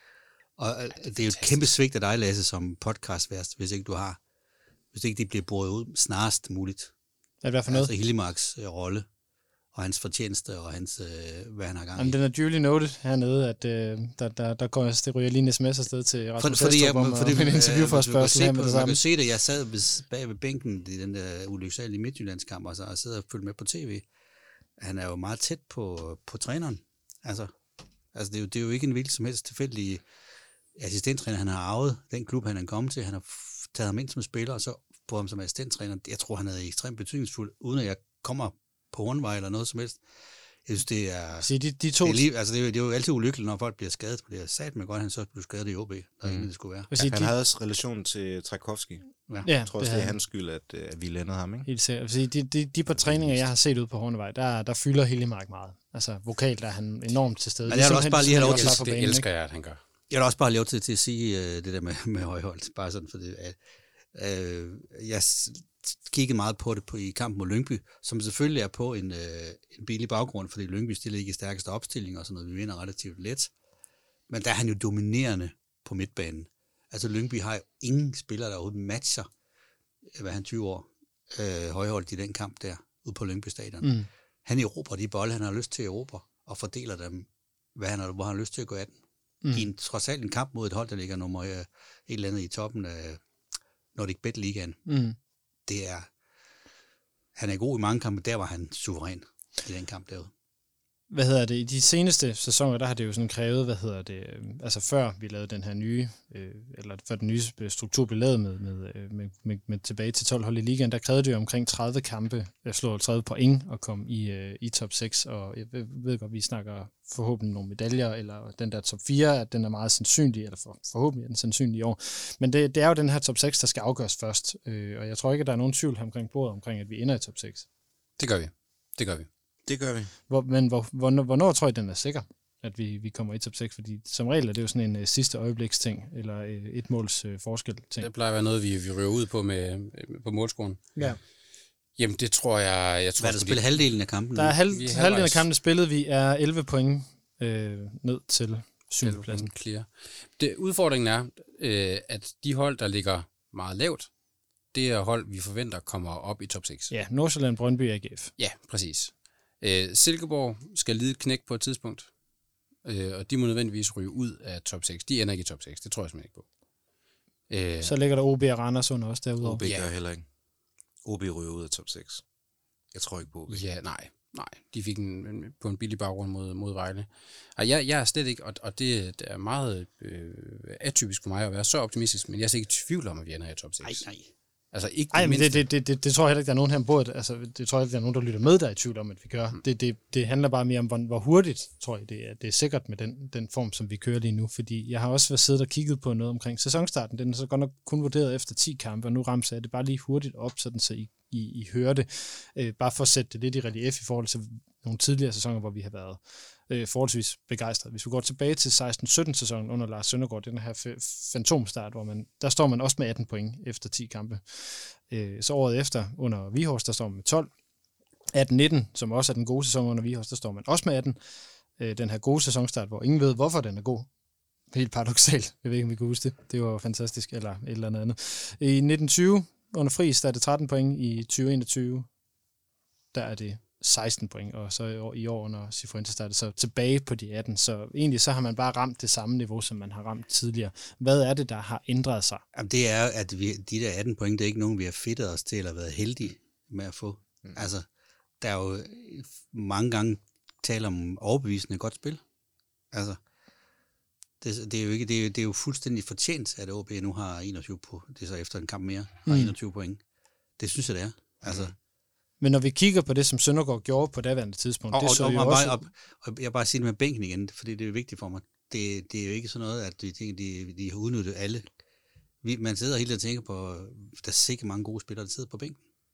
Og det er jo et kæmpe svigt af dig, Lasse, som podcastvært, hvis ikke du har. Hvis ikke det bliver boret ud snarest muligt. Er det hvad for noget? Altså Hillemarks øh, rolle, og hans fortjeneste, og hans, øh, hvad han har gang i. Jamen, den er duly noted hernede, at øh, der, der, der går det ryger lige en sms afsted til Rasmus for, fordi Estrup om fordi, at finde interview for at spørge sig her med det Man samme. kan se det, jeg sad ved, bag ved bænken i den der ulyksalige Midtjyllandskamp, og så og sidder og følger med på tv. Han er jo meget tæt på, på træneren. Altså, altså det, er jo, det er jo ikke en hvilken som helst tilfældig assistenttræner, han har arvet. Den klub, han er kommet til, han har taget ham ind som spiller, og så på ham som assistenttræner. Jeg tror, han er ekstremt betydningsfuld, uden at jeg kommer på hornvej eller noget som helst. Jeg synes, det er... Så de, de to... Det er, lige, altså, det, er jo, det er jo altid ulykkeligt, når folk bliver skadet. Det er sat med godt, at han så blev skadet i O B. Der er mm. ingen, det skulle være. Ja, han de... havde også relation til Trakowski. Ja. Ja, jeg tror også, det, det er hans skyld, at, at vi landede ham, ikke? Helt sikkert. De, de, de par træninger, jeg har set ud på Hornevej, der, der fylder Hillemark meget. Altså, vokalt er han enormt til stede. Men jeg vil også bare lige have lov til... Det banen, elsker jeg, at han gør. Jeg vil også bare have lov til, til at sige uh, det der med, med Højholt. Bare sådan, for det, uh, uh, jeg kiggede meget på det på, i kampen mod Lyngby, som selvfølgelig er på en, uh, en billig baggrund, fordi Lyngby stiller ikke i stærkeste opstilling og sådan noget. Vi vinder relativt let. Men der er han jo dominerende på midtbanen. Altså Lyngby har jo ingen spillere, der overhovedet matcher, hvad er han, tyve år, øh, Højholt i den kamp der, ude på Lyngby Stadion. Mm. Han erobrer de bolde, han har lyst til at erobre, og fordeler dem, hvad han har, hvor han har lyst til at gå af den. Mm. I en, trods alt en kamp mod et hold, der ligger nummer øh, et eller andet i toppen af Nordic Bet Ligaen. Mm. Det er, han er god i mange kampe, der var han suveræn i den kamp derude. Hvad hedder det? I de seneste sæsoner, der har det jo sådan krævet, hvad hedder det, altså før vi lavede den her nye, øh, eller før den nye struktur blev lavet med, med, med, med, med tilbage til tolv hold i ligaen, der krævede det jo omkring tredive kampe, at slå tredive point og komme i, øh, i top seks, og jeg ved, ved godt, vi snakker forhåbentlig nogle medaljer, eller den der top fire, at den er meget sandsynlig, eller for, forhåbentlig er den sandsynlig i år. Men det, det er jo den her top seks, der skal afgøres først, øh, og jeg tror ikke, at der er nogen tvivl omkring bordet omkring, at vi ender i top seks. Det gør vi. Det gør vi. Det gør vi. Hvor, men hvor, hvornår, hvornår tror I, den er sikker, at vi, vi kommer i top seks? Fordi som regel er det jo sådan en uh, sidste øjebliks ting, eller uh, et måls uh, forskel ting. Det plejer at være noget, vi, vi rører ud på med på målscoren. Ja. Jamen, det tror jeg... jeg tror, Hvad er der spillet halvdelen af kampen? Der er halv, halvdelen af kampen spillet. Vi er elleve point øh, ned til syvende pladsen. Clear. Det, udfordringen er, øh, at de hold, der ligger meget lavt, det er hold, vi forventer kommer op i top seks. Ja, Nordsjælland, Brøndby og A G F. Ja, præcis. Øh, Silkeborg skal lide et knæk på et tidspunkt, øh, og de må nødvendigvis ryge ud af top seks. De ender ikke i top seks, det tror jeg simpelthen ikke på. Øh, Så ligger der O B og Randers under også derudover. O B gør heller ikke. O B ryger ud af top seks. Jeg tror ikke på O B. Ja, nej. Nej, de fik en, på en billig baggrund mod, mod Vejle. Og jeg, jeg er slet ikke, og, og det, det er meget øh, atypisk for mig at være så optimistisk, men jeg er slet ikke i tvivl om, at vi ender i top seks. Nej, nej. Altså ikke Ej, men det, det, det, det, det tror jeg heller ikke, der er nogen her ombord. Altså, det tror jeg ikke, der er nogen, der lytter med, der er i tvivl om, at vi gør. Mm. Det, det, det handler bare mere om, hvor, hvor hurtigt, tror jeg, det er, det er sikkert med den, den form, som vi kører lige nu. Fordi jeg har også været siddet og kigget på noget omkring sæsonstarten. Den er så godt nok kun vurderet efter ti kampe, og nu ramser jeg det bare lige hurtigt op, sådan så I, I, I hører det. Øh, bare for at sætte det lidt i relief i forhold til nogle tidligere sæsoner, hvor vi har været øh, forholdsvis begejstret. Hvis vi går tilbage til seksten sytten sæsonen under Lars Søndergaard, den her f- fantomstart, hvor man, der står man også med atten point efter ti kampe. Øh, så året efter under Vihorst, der står man med tolv. atten nitten, som også er den gode sæson under Vihorst, der står man også med atten. Øh, den her gode sæsonstart, hvor ingen ved, hvorfor den er god. Helt paradoksalt. Jeg ved ikke, om vi kan huske det. Det var fantastisk, eller et eller andet andet. I nitten tyve, under Friis, der er det tretten point. I tyve enogtyve, der er det seksten point, og så i år, i år under Cifuentes startede så tilbage på de atten, så egentlig så har man bare ramt det samme niveau, som man har ramt tidligere. Hvad er det, der har ændret sig? Jamen, det er, at vi, de der atten point, det er ikke nogen, vi har fedtet os til, eller været heldige med at få. Mm. Altså, der er jo mange gange tale om overbevisende godt spil. Altså, det, det, er jo ikke, det, er, det er jo fuldstændig fortjent, at O B nu har enogtyve på, det er så efter en kamp mere, har enogtyve point. Det synes jeg, det er. Altså, mm. Men når vi kigger på det, som Søndergaard gjorde på daværende tidspunkt, og, det så og, jo og, også... Og, og jeg bare siger det med bænken igen, fordi det er vigtigt for mig. Det, det er jo ikke sådan noget, at de, de, de har udnyttet alle. Vi, man sidder hele tiden og tænker på, der er sikkert mange gode spillere, der sidder på bænken.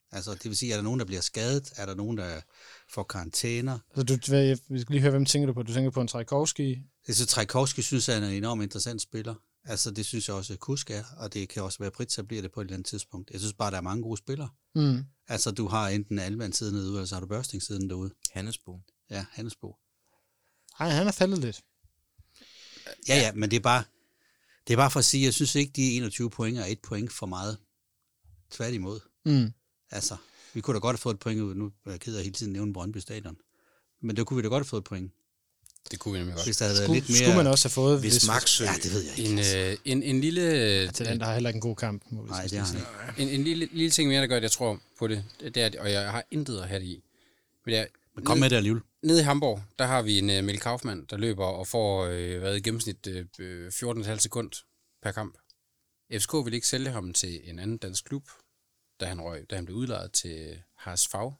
Altså, det vil sige, er der nogen, der bliver skadet? Er der nogen, der får karantæner? Så du, hvad, vi skal lige høre, hvem tænker du på? Du tænker på en Trajkovski? Jeg synes, Trajkovski synes, at han er en enormt interessant spiller. Altså, det synes jeg også, at Kusk er, og det kan også være Pritza bliver det på et eller andet tidspunkt. Jeg synes bare, der er mange gode spillere. Mm. Altså, du har enten Alvand siden derude, eller så har du Børsting siden derude. Hannesbo. Ja, Hannesbo. Nej, han er faldet lidt. Ja, ja, men det er bare, det er bare for at sige, jeg synes ikke, de enogtyve point er et point for meget. Tværtimod. Mm. Altså, vi kunne da godt have fået et point ud. Nu er jeg ked af hele tiden nævne Brøndby Stadion. Men det kunne vi da godt have fået et point. Det kunne vi nemlig godt. Hvis der havde været Skulle, lidt mere... skulle man også have fået... Hvis Maxø... Ja, det ved jeg ikke. En, øh, en, en lille... Ja, til den, der har heller ikke en god kamp. Må vi Nej, sige. det har han ikke. En, en lille, lille ting mere, der gør, at jeg tror på det, det er, og jeg har intet at have det i. Men det er, Men kom med det alligevel. Nede i Hamburg, der har vi en uh, Mikkel Kaufmann, der løber og får øh, hvad, i gennemsnit øh, fjorten komma fem sekund per kamp. F C K ville ikke sælge ham til en anden dansk klub, da han, røg, da han blev udlejet til Haas Fav.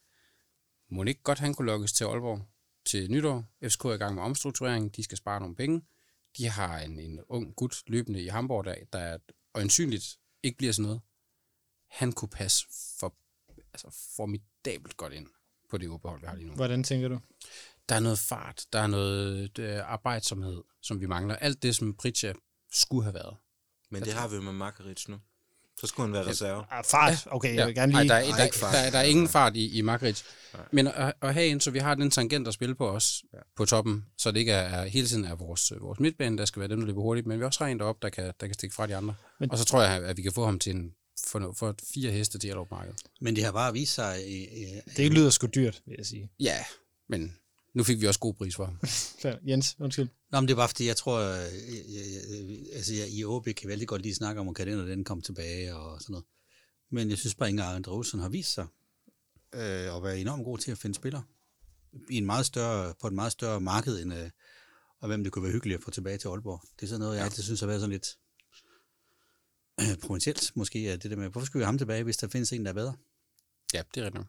Må ikke godt, han kunne lukkes til Aalborg til nytår. F C K er i gang med omstrukturering, de skal spare nogle penge. De har en, en ung gut løbende i Hamburg, der, der øjensynligt ikke bliver sådan noget. Han kunne passe for, altså formidabelt godt ind på det ubehold, vi har lige nu. Hvordan tænker du? Der er noget fart, der er noget øh, arbejdsomhed, som vi mangler. Alt det, som Pritja skulle have været. Men det har vi med Makaric nu. Så skulle han være reserve. Ah, fart. Okay, jeg vil gerne lige... Ej, der, er, Ej, der, ikke fart. der, der, der er ingen fart i, i Makaric. Men at, at have en, så vi har den tangent at spille på os ja. På toppen, så det ikke er, er hele tiden er vores, vores midtbane, der skal være dem, der løber hurtigt, men vi også har en deroppe, der kan, der kan stikke fra de andre. Men, og så tror jeg, at vi kan få ham til en, for, for fire heste til Hjellerup-markedet. Men det har bare vist sig... I, i, Det lyder sgu dyrt, vil jeg sige. Ja, men nu fik vi også god pris for ham. Klar. Jens, undskyld. Nå, men det er bare fordi, jeg tror, jeg, jeg, jeg, altså jeg, i O B kan vi vældig godt lige snakke om, kan den og den komme tilbage og sådan noget. Men jeg synes bare, Inger Andreusen har vist sig øh, at være enormt god til at finde spillere i en meget større, på et meget større marked, end øh, og hvem det kunne være hyggeligt at få tilbage til Aalborg. Det er sådan noget, jeg altid synes har været sådan lidt øh, provincielt måske, at det der med, hvorfor skal vi have ham tilbage, hvis der findes en, der er bedre? Ja, det er rigtigt.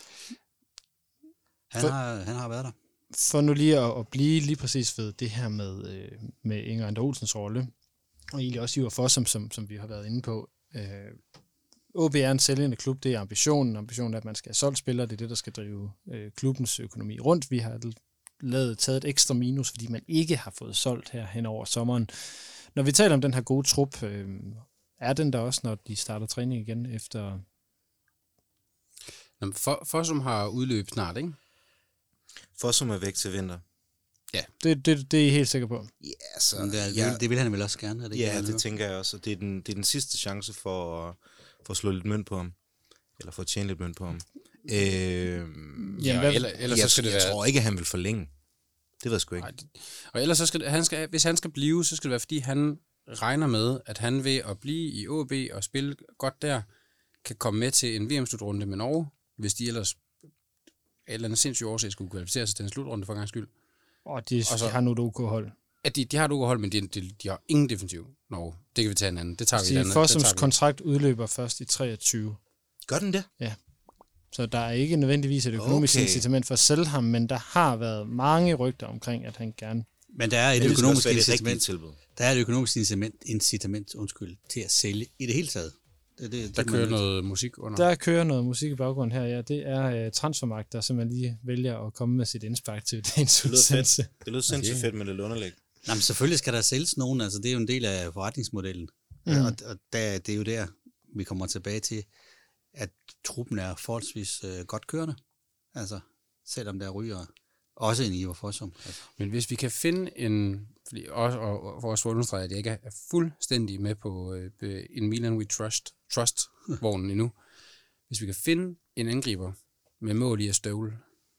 Han, For, har, han har været der. For nu lige at, at blive lige præcis ved det her med, øh, med Inger Ander Olsens rolle, og egentlig også Ivar Fossum, som, som vi har været inde på. Øh, O B er en sælgende klub, det er ambitionen. Ambitionen er, at man skal have solgt spillere, det er det, der skal drive øh, klubbens økonomi rundt. Vi har lavet, taget et ekstra minus, fordi man ikke har fået solgt her hen over sommeren. Når vi taler om den her gode trup, øh, er den der også, når de starter træning igen efter... Nå, for, for som har udløb snart, ikke? For som er væk til vinter. Ja, det, det, det er I helt sikker på. Ja, så... Men det, ja, det, vil, det vil han vel også gerne, er det ikke? ja, han det nu? tænker jeg også. Det er, den, det er den sidste chance for at, for at slå lidt mønt på ham. Eller for at tjene lidt mønt på ham. Øh, Jamen, Ja, hvad, eller, ellers jeg, så skal det jeg være... tror ikke, at han vil forlænge. Det ved jeg sgu ikke. Nej, det, og ellers så skal, det, han skal, hvis han skal blive, så skal det være, fordi han regner med, at han ved at blive i O B og spille godt der, kan komme med til en V M-slutrunde med Norge, hvis de ellers af et eller andet sindssygt årsag skulle kvalificere sig til en slutrunde for en gangs skyld. og de, og så- de har nu et OK hold. At de, de har et hold, men de, de, de har ingen defensiv Norge. Det kan vi tage en anden. Det tager vi i et andet. Det Fossums tager vi. kontrakt udløber først i treogtyve. Gør den det? Så der er ikke nødvendigvis et økonomisk Okay. incitament for at sælge ham, men der har været mange rygter omkring, at han gerne... Men der er et Men det skal økonomisk også være det rigtige incitament. tilbud. Der er et økonomisk incitament, incitament undskyld, til at sælge i det hele taget. Det, det, Der det, kører man- noget musik under. Der kører noget musik i baggrunden her, ja. Det er uh, Transfermarkt, der simpelthen lige vælger at komme med sit indspark til dagens Det lyder udsendelse. fedt. Det lyder sindssygt fedt med lidt underlæg. Nej, men selvfølgelig skal der sælges nogen, altså det er jo en del af forretningsmodellen. Mm. Mm. Og, og der, det er jo der, vi kommer tilbage til, at truppen er forholdsvis øh, godt kørende. Altså, selvom der ryger også en Ivar Fossum. Altså. Men hvis vi kan finde en... Fordi også, og, og for os at understrege, at jeg ikke er fuldstændig med på øh, en Milan We Trust, Trust-vognen endnu. Hvis vi kan finde en angriber med mål i at støvle.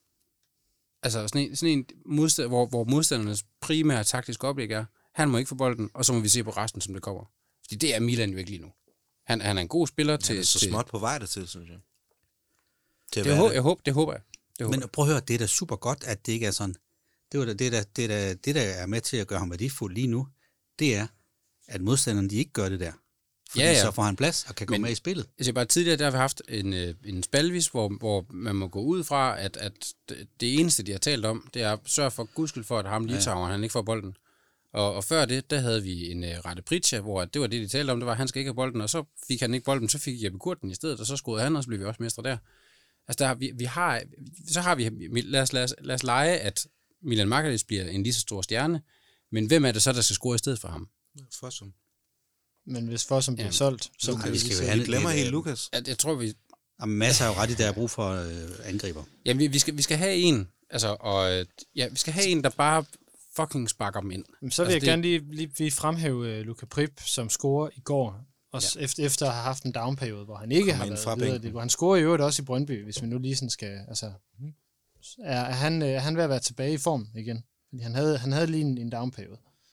Altså sådan en, sådan en modstand, hvor, hvor modstandernes primære taktiske oplæg er, han må ikke få bolden, og så må vi se på resten, som det kommer. Fordi det er Milan jo ikke lige nu. Han, han er en god spiller til... Han er så til småt på vej dertil, synes jeg. Til at det, være håber, det. jeg, håber, det håber jeg. Det håber Men prøv at høre, det er da super godt, at det ikke er sådan. Det, var da, det, der, det, der, det, der er med til at gøre ham værdifuld lige nu, det er, at modstanderne de ikke gør det der. Fordi Ja, ja. så får han plads og kan komme Men- med i spillet. Jeg siger bare, tidligere der har vi haft en, øh, en spalvis, hvor, hvor man må gå ud fra, at, at det eneste, de har talt om, det er at sørge for gudskyld for, at ham Litauer, ja. han ikke får bolden. Og, og før det, der havde vi en uh, Rette Pritja, hvor det var det, de talte om, det var, at han skal ikke have bolden, og så fik han ikke bolden, så fik Jeppe Kurt den i stedet, og så scorede han, og så blev vi også mestre der. Altså, der, vi, vi har, så har vi, lad os, lad os, lad os lege, at Milan Markovic bliver en lige så stor stjerne, men hvem er det så, der skal score i stedet for ham? Fossum. Men hvis Fossum bliver ja, solgt, så Lukas, vi, vi, skal vi glemmer helt Lukas. Jeg, jeg tror, vi... Jamen, masser har jo ret i, der er brug for øh, angriber. Jamen, vi, vi, skal, vi skal have en, altså, og, ja, vi skal have en, der bare fucking sparker dem ind. Men så vil altså, jeg det... gerne lige, lige, lige fremhæve uh, Luka Prip, som scorer i går, også ja. efter, efter at have haft en downperiode, hvor han ikke Kom har været videre det, hvor han scorer i øvrigt også i Brøndby, hvis vi nu lige sådan skal, altså, er, er, han, er han ved at være tilbage i form igen? Fordi han havde, han havde lige en, en downperiode.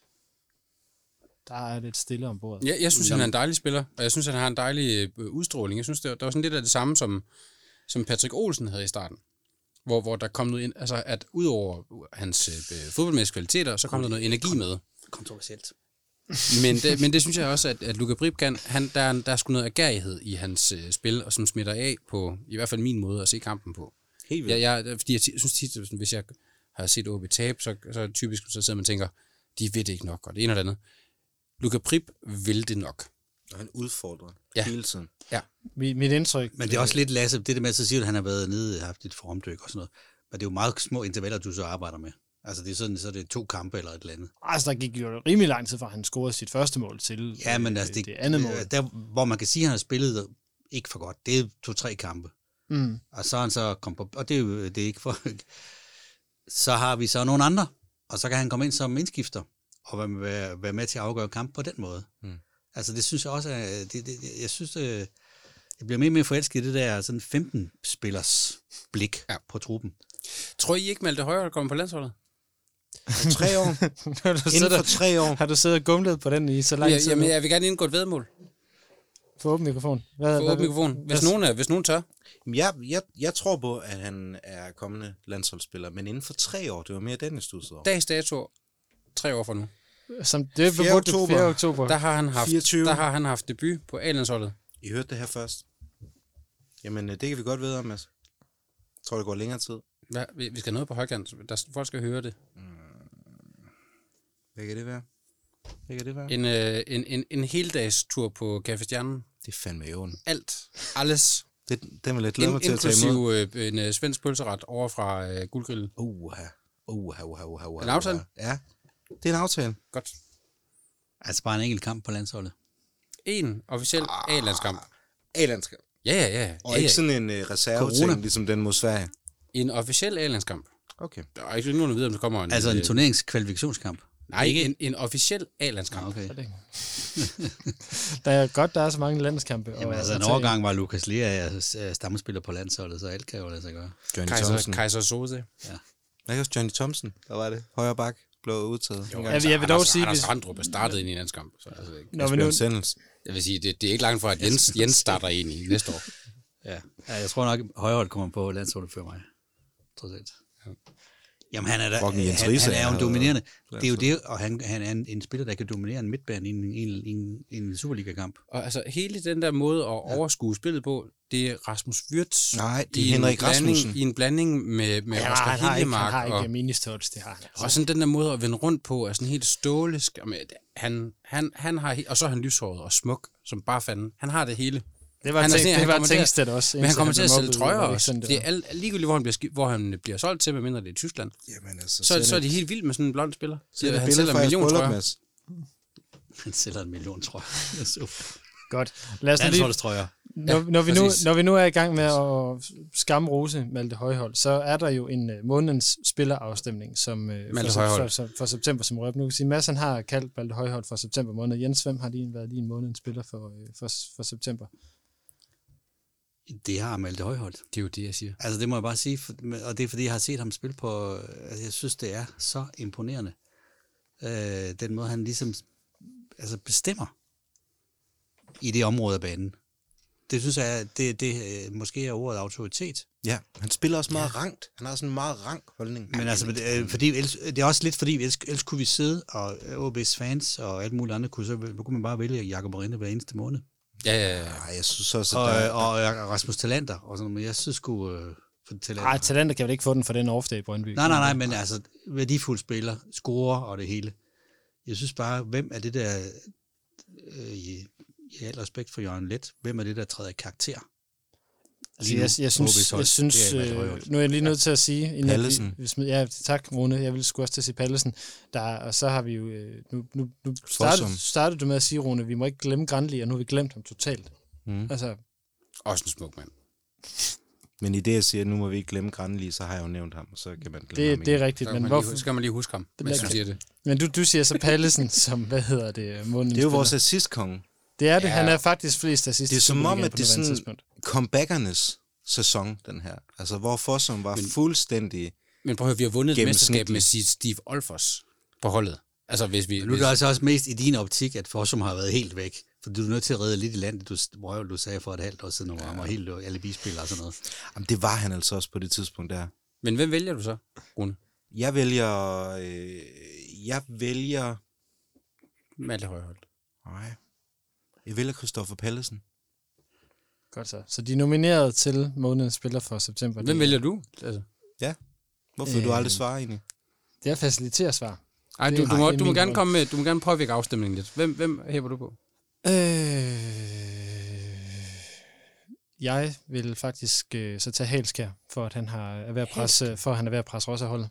Der er lidt stille om bordet. Ja, jeg synes, han er en dejlig spiller, og jeg synes, han har en dejlig øh, udstråling. Jeg synes, det var, der var sådan lidt af det samme, som, som Patrick Olsen havde i starten. Hvor, hvor der kom noget ind, altså at udover hans øh, fodboldmæssige kvaliteter, så kom der noget energi med. Kontroversielt. Men det, men det synes jeg også, at, at Luka Prip kan, han, der, er, der er sgu noget agerighed i hans øh, spil, og som smitter af på, i hvert fald min måde at se kampen på. Helt vildt. Jeg, jeg, fordi jeg synes tit, hvis jeg har set O B tab, så, så er det typisk, så sidder man og tænker, de ved det ikke nok, og det ene eller andet. Luka Prip vil det nok. Og han udfordrer ja. hele tiden. Ja. Mit, mit indtryk... Men det er også lidt, Lasse, det der med, at så siger du, at han har været nede og haft et formdyk og sådan noget. Men det er jo meget små intervaller, du så arbejder med. Altså det er sådan, så er det to kampe eller et eller andet. Altså der gik jo rimelig lang tid, fra han scorede sit første mål til ja, men altså, det, det, det andet mål. Der, hvor man kan sige, at han har spillet ikke for godt, det er to-tre kampe. Mm. Og så er han så kommet på... Og det er jo det er ikke for... Så har vi så nogle andre, og så kan han komme ind som indskifter og være, være med til at afgøre kamp på den måde. Mm. Altså det synes jeg også er... Det, det, jeg synes, det, jeg bliver mere og mere forelsket i det der sådan femten-spillers blik ja. på truppen. Tror I ikke, Malte Højre kommer på landsholdet? For tre år. Inden for tre år. Har du siddet og gumlet på den i så lang tid? Ja, jamen, jeg vil gerne indgå et væddemål. For åben mikrofon. Hvad, For åben mikrofon. Hvis, nogen, er, hvis nogen tør. Jeg, jeg, jeg tror på, at han er kommende landsholdsspiller, men inden for tre år, det var mere Dennis, du sidder. Dags dato, tre år for nu. Som det er fjerde oktober. fjerde oktober. Der har han haft, der har han haft debut på A-landsholdet. I hørte det her først. Jamen, det kan vi godt vide om, Mads. Jeg tror, det går længere tid. Hvad? Vi skal noget på højkant. Der, folk skal høre det. Mm. Hvad kan det være? Hvad kan det være? En, øh, en, en, en heldagstur på Café Stjernen. Det er fandme i orden. Alt. Alles. Det, den vil jeg glæde mig til at tage imod. Inklusiv øh, en øh, svensk pølseret over fra øh, Guldgrillen. Uha. Uha, uha, uha, uha. En aftale? Ja, det er en aftale. Godt. Altså bare en enkelt kamp på landsholdet. En officiel ah, A-landskamp. A-landskamp? Ja, ja, ja. Og ja, ikke ja. sådan en uh, reserveting, ligesom den mod Sverige? En officiel A-landskamp. Okay. Der er ikke nogen, der ved, om der kommer en... Altså en turneringskvalifikationskamp? Nej, ikke en, en officiel A-landskamp. Ah, okay. Der er godt, der er så mange landskampe. Jamen altså en overgang var Lukas Lea stammespiller på landsholdet, så alt kan jo lade sig gøre. Johnny Kaiser, Thompson. Kaiser Sose. Ja. Hvad også Johnny Thompson? Hvad var det? Højre bak blev udtaget. Jo, altså, jeg vil dog sige... Anders Randrup er startet ind i en landskamp. Så altså, Nå, men nu... Jeg vil sige, det, det er ikke langt fra, at Jens, Jens starter ind i næste år. Ja. Ja, jeg tror nok, Højhold kommer på landsholdet før mig. Trods alt. Ja. Jamen, han er, der, han, han er jo en dominerende. Det er jo det, og han, han er en, en spiller, der kan dominere en midtbane i en, en, en, en Superliga-kamp. Og altså, hele den der måde at overskue spillet på, det er Rasmus Wirtz. Nej, det er Henrik Rasmussen. I en blanding med, med ja, Oscar han Hildemark. Han har ikke ministouch, det har han. Og sådan den der måde at vende rundt på, er sådan helt stålisk. Han, han, han har, og så er han lyshåret og smuk, som bare fanden. Han har det hele. Det var, han tænkt, sådan, det var Tengstedt også. Men han kommer til at sælge trøjer også. Det er alt, ligegyldigt, hvor han, bliver, hvor han bliver solgt til, medmindre det er i Tyskland. Jamen, altså, så, så er de helt vildt med sådan en blond spiller. Så han sælger en million trøjer. Han sælger en million trøjer. Det er super. Godt. Lad os lige... trøjer. Når, når, vi nu, når vi nu er i gang med at skamrose Malte Højhold, så er der jo en uh, månedens spillerafstemning som, uh, for, for, for, for september, som røb. Nu kan sige, Mads han har kaldt Malte Højhold for september måned. Jens, hvem har lige været lige en månedens spiller for, uh, for, for september? Det har Malte Højhold. Det er jo det, jeg siger. Altså det må jeg bare sige, for, og det er fordi, jeg har set ham spille på, altså jeg synes, det er så imponerende. Øh, den måde, han ligesom altså bestemmer i det område af banen. Det synes jeg, det, det måske er ordet autoritet. Ja, han spiller også meget ja. rangt. Han har sådan en meget rank holdning. Men altså, øh, fordi, det er også lidt fordi, ellers, ellers kunne vi sidde, og O B's fans og alt muligt andet, kunne, så kunne man bare vælge Jakob Rinde hver eneste måned. Ja, ja, ja. Jeg synes også, og, der... og, og Rasmus Talander, og sådan, men jeg synes sgu... Øh, Nej, Talander kan vel ikke få den for den off-day i Brøndby? Nej, nej, nej, men altså, værdifuld spiller, scorer og det hele. jeg synes bare, hvem er det der, øh, i, i al respekt for Jørgen Let, hvem er det, der træder i karakter? Altså, jeg, jeg synes, jeg synes øh, nu er jeg lige nødt til at sige... Pallesen. Vi, vi smed, ja, tak, Rune. Jeg ville sgu også til at sige Pallesen. Der, og så har vi jo... Øh, nu nu, nu startede, startede du med at sige, Rune, vi må ikke glemme Granli, og nu har vi glemt ham totalt. Mm. Altså, også en smuk mand. Men i det, jeg siger, at nu må vi ikke glemme Granli, så har jeg jo nævnt ham, og så kan man glemme det, ham. Det er rigtigt, men hvorfor... Så skal man lige huske ham, det mens du siger det. Men du, du siger så Pallesen, som, hvad hedder det, månedens Det er jo vores assistkonge. Det er det, ja. Han er faktisk flest assist. Det er som om, at det er sådan comebackernes sæson, den her. Altså, hvor Fossum var men, fuldstændig Men prøv at høre, vi har vundet et mesterskab med Steve Olfers på holdet. Altså, hvis vi... Nu er det altså også mest i din optik, at Fossum har været helt væk. For du er nødt til at redde lidt i landet, du, hvor du sagde for et halvt år siden, når han var helt alibi-spiller og sådan noget. Jamen, det var han altså også på det tidspunkt der. Men hvem vælger du så, Rune? Jeg vælger... Øh, jeg vælger... Malte Højholdt. Nej. Jeg vælger Christoffer Pallesen. Godt så. Så de er nomineret til månedens spiller for september. Hvem vælger du? Altså. Ja. Hvorfor vil øh, du aldrig svare egentlig? Det er faciliterer svar. Ej, du, du, må, du må gerne komme med, du må gerne påvirke afstemningen lidt. Hvem, hvem hæver du på? Øh, jeg vil faktisk øh, så tage Halskær, for at han har er ved at presse, for at han er ved at presse Rosserholdet.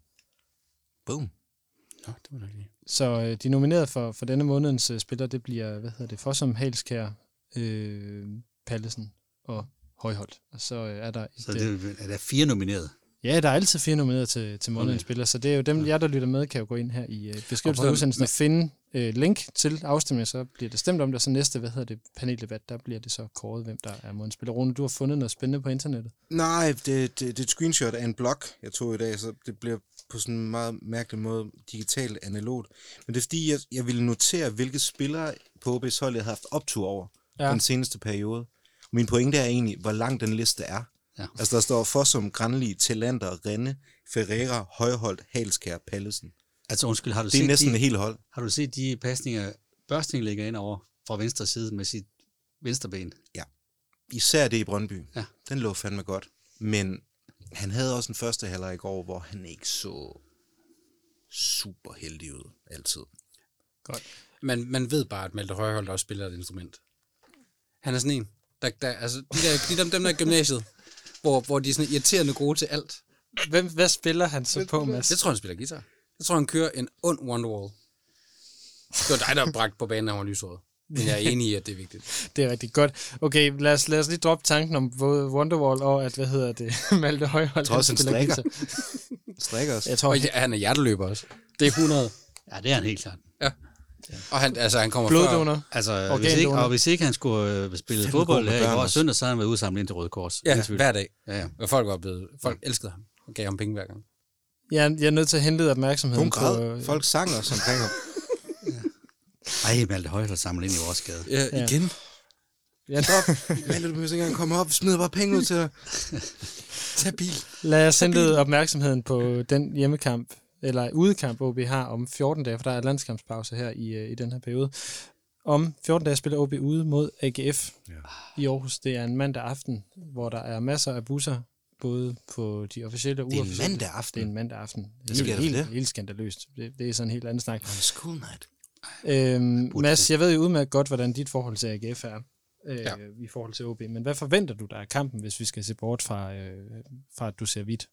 Boom. Nå, det var nok lige. Så øh, de nomineret for, for denne månedens øh, spiller, det bliver, hvad hedder det, Fossum, Halskær, øh, Pallesen og Højholdt. Og så øh, er der... Et, så det, er der fire nomineret? Ja, der er altid fire nomineret til, til månedens okay. spiller, så det er jo dem, jer der lytter med, kan jo gå ind her i øh, beskrivelsen af udsendelsen og finde øh, link til afstemningen, så bliver det stemt om det, så næste, hvad hedder det, paneldebat, der bliver det så kåret, hvem der er månedens spiller. Rune, du har fundet noget spændende på internettet? Nej, det, det, det er et screenshot af en blog, jeg tog i dag, så det bliver på sådan en meget mærkelig måde digitalt analogt. Men det er fordi, jeg, jeg ville notere, hvilke spillere på O B's hold, jeg havde haft optur over ja. den seneste periode. Og min pointe er egentlig, hvor lang den liste er. Ja. Altså der står Fossum, Granli, Tillander, Renne, Ferreira, Højholdt, Halskær, Pallesen. Altså undskyld, har du det er set næsten de, et helt hold. Har du set de pasninger, Børsting ligger ind over fra venstre side med sit venstre ben? Ja, især det i Brøndby. Ja. Den lå fandme godt. Men han havde også en første halvleg i går, hvor han ikke så super heldig ud altid. Godt. Man, man ved bare, at Malte Højholdt også spiller et instrument. Han er sådan en, der, der, altså de der, de dem, dem der i gymnasiet, hvor, hvor de er sådan irriterende gode til alt. Hvem, hvad spiller han så på, Mads? Jeg tror, han spiller guitar. Jeg tror, han kører en ond Wonderwall. Det var dig, der bragte på banen, når han var lyshåret. Men jeg er enig i, at det er vigtigt. Det er rigtig godt. Okay, lad os, lad os lige droppe tanken om både Wonderwall og, at, hvad hedder det, Malte Højholdt. Jeg tror også, han strikker. strikker også. Jeg tror, og han er hjerteløber også. Det er hundrede. Ja, det er han helt klart. Ja. Og han, altså, han kommer bloddonor. Før, altså, hvis ikke, og hvis ikke han skulle uh, spille Fem fodbold her i går søndag, så havde han været udsamlet ind til Røde Kors. Ja, hver dag. Ja, ja. Og folk var blevet, folk elskede ham og gav ham penge hver gang. Ja, jeg er nødt til at hente opmærksomheden på... Øh, folk sang også omkring ham. Ej, Malte Højholdt samlet ind i vores gade. Ja, ja. igen. Ja, stop. Malte, du behøver ikke engang komme op. Smid bare penge ud til dig. Tag bil. Lad os hente opmærksomheden på den hjemmekamp, eller udekamp, O B har om fjorten dage, for der er landskampspause her i, i den her periode. Om fjorten dage spiller O B ude mod A G F ja. i Aarhus. Det er en mandag aften, hvor der er masser af busser, både på de officielle og uofficielle. Det er en mandag aften? Det er en mandag aften. Det sker helt, det? Helt skandaløst. Det, det er sådan en helt anden snak. On a school night. Øhm, Mads, jeg ved jo udmærket godt, hvordan dit forhold til A G F er øh, ja. i forhold til O B, men hvad forventer du der af kampen, hvis vi skal se bort fra, øh, fra at du ser hvidt?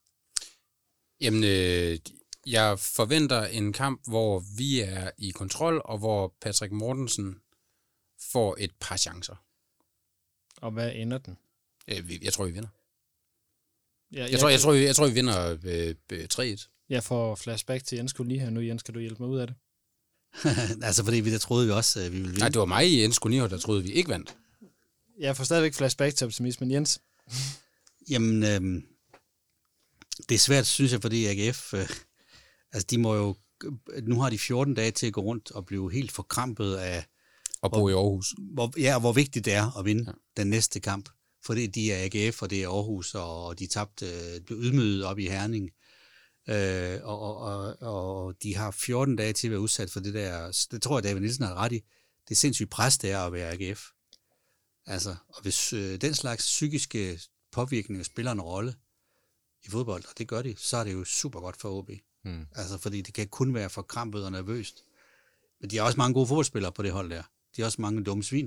Jamen, øh, jeg forventer en kamp, hvor vi er i kontrol, og hvor Patrick Mortensen får et par chancer. Og hvad ender den? Øh, jeg tror, vi vinder. Ja, jeg, jeg, tror, jeg, tror, jeg, jeg tror, vi vinder øh, tre et. Jeg får flashback til Jens skulle lige her nu. Jens, kan du hjælpe mig ud af det? Altså, fordi vi der troede vi også, at vi ville vinde. Nej, det var mig i Jens Kunio, der troede, vi ikke vandt. Jeg får stadigvæk flashback til optimismen. Jens? Jamen, øh, det er svært, synes jeg, fordi A G F, øh, altså de må jo, nu har de fjorten dage til at gå rundt og blive helt forkrampet af... Og bo i Aarhus. Hvor, ja, og hvor vigtigt det er at vinde ja. den næste kamp. Fordi de er A G F, og det er Aarhus, og de tabte, blev ydmyget op i Herning. Øh, og, og, og, og de har fjorten dage til at være udsat for det der, det tror jeg, David Nielsen har ret i, det er sindssygt pres, det er at være A G F. Altså, og hvis øh, den slags psykiske påvirkninger spiller en rolle i fodbold, og det gør de, så er det jo super godt for O B. Mm. Altså, fordi det kan kun være for krampet og nervøst. Men de har også mange gode fodboldspillere på det hold der. De har også mange dumme svin.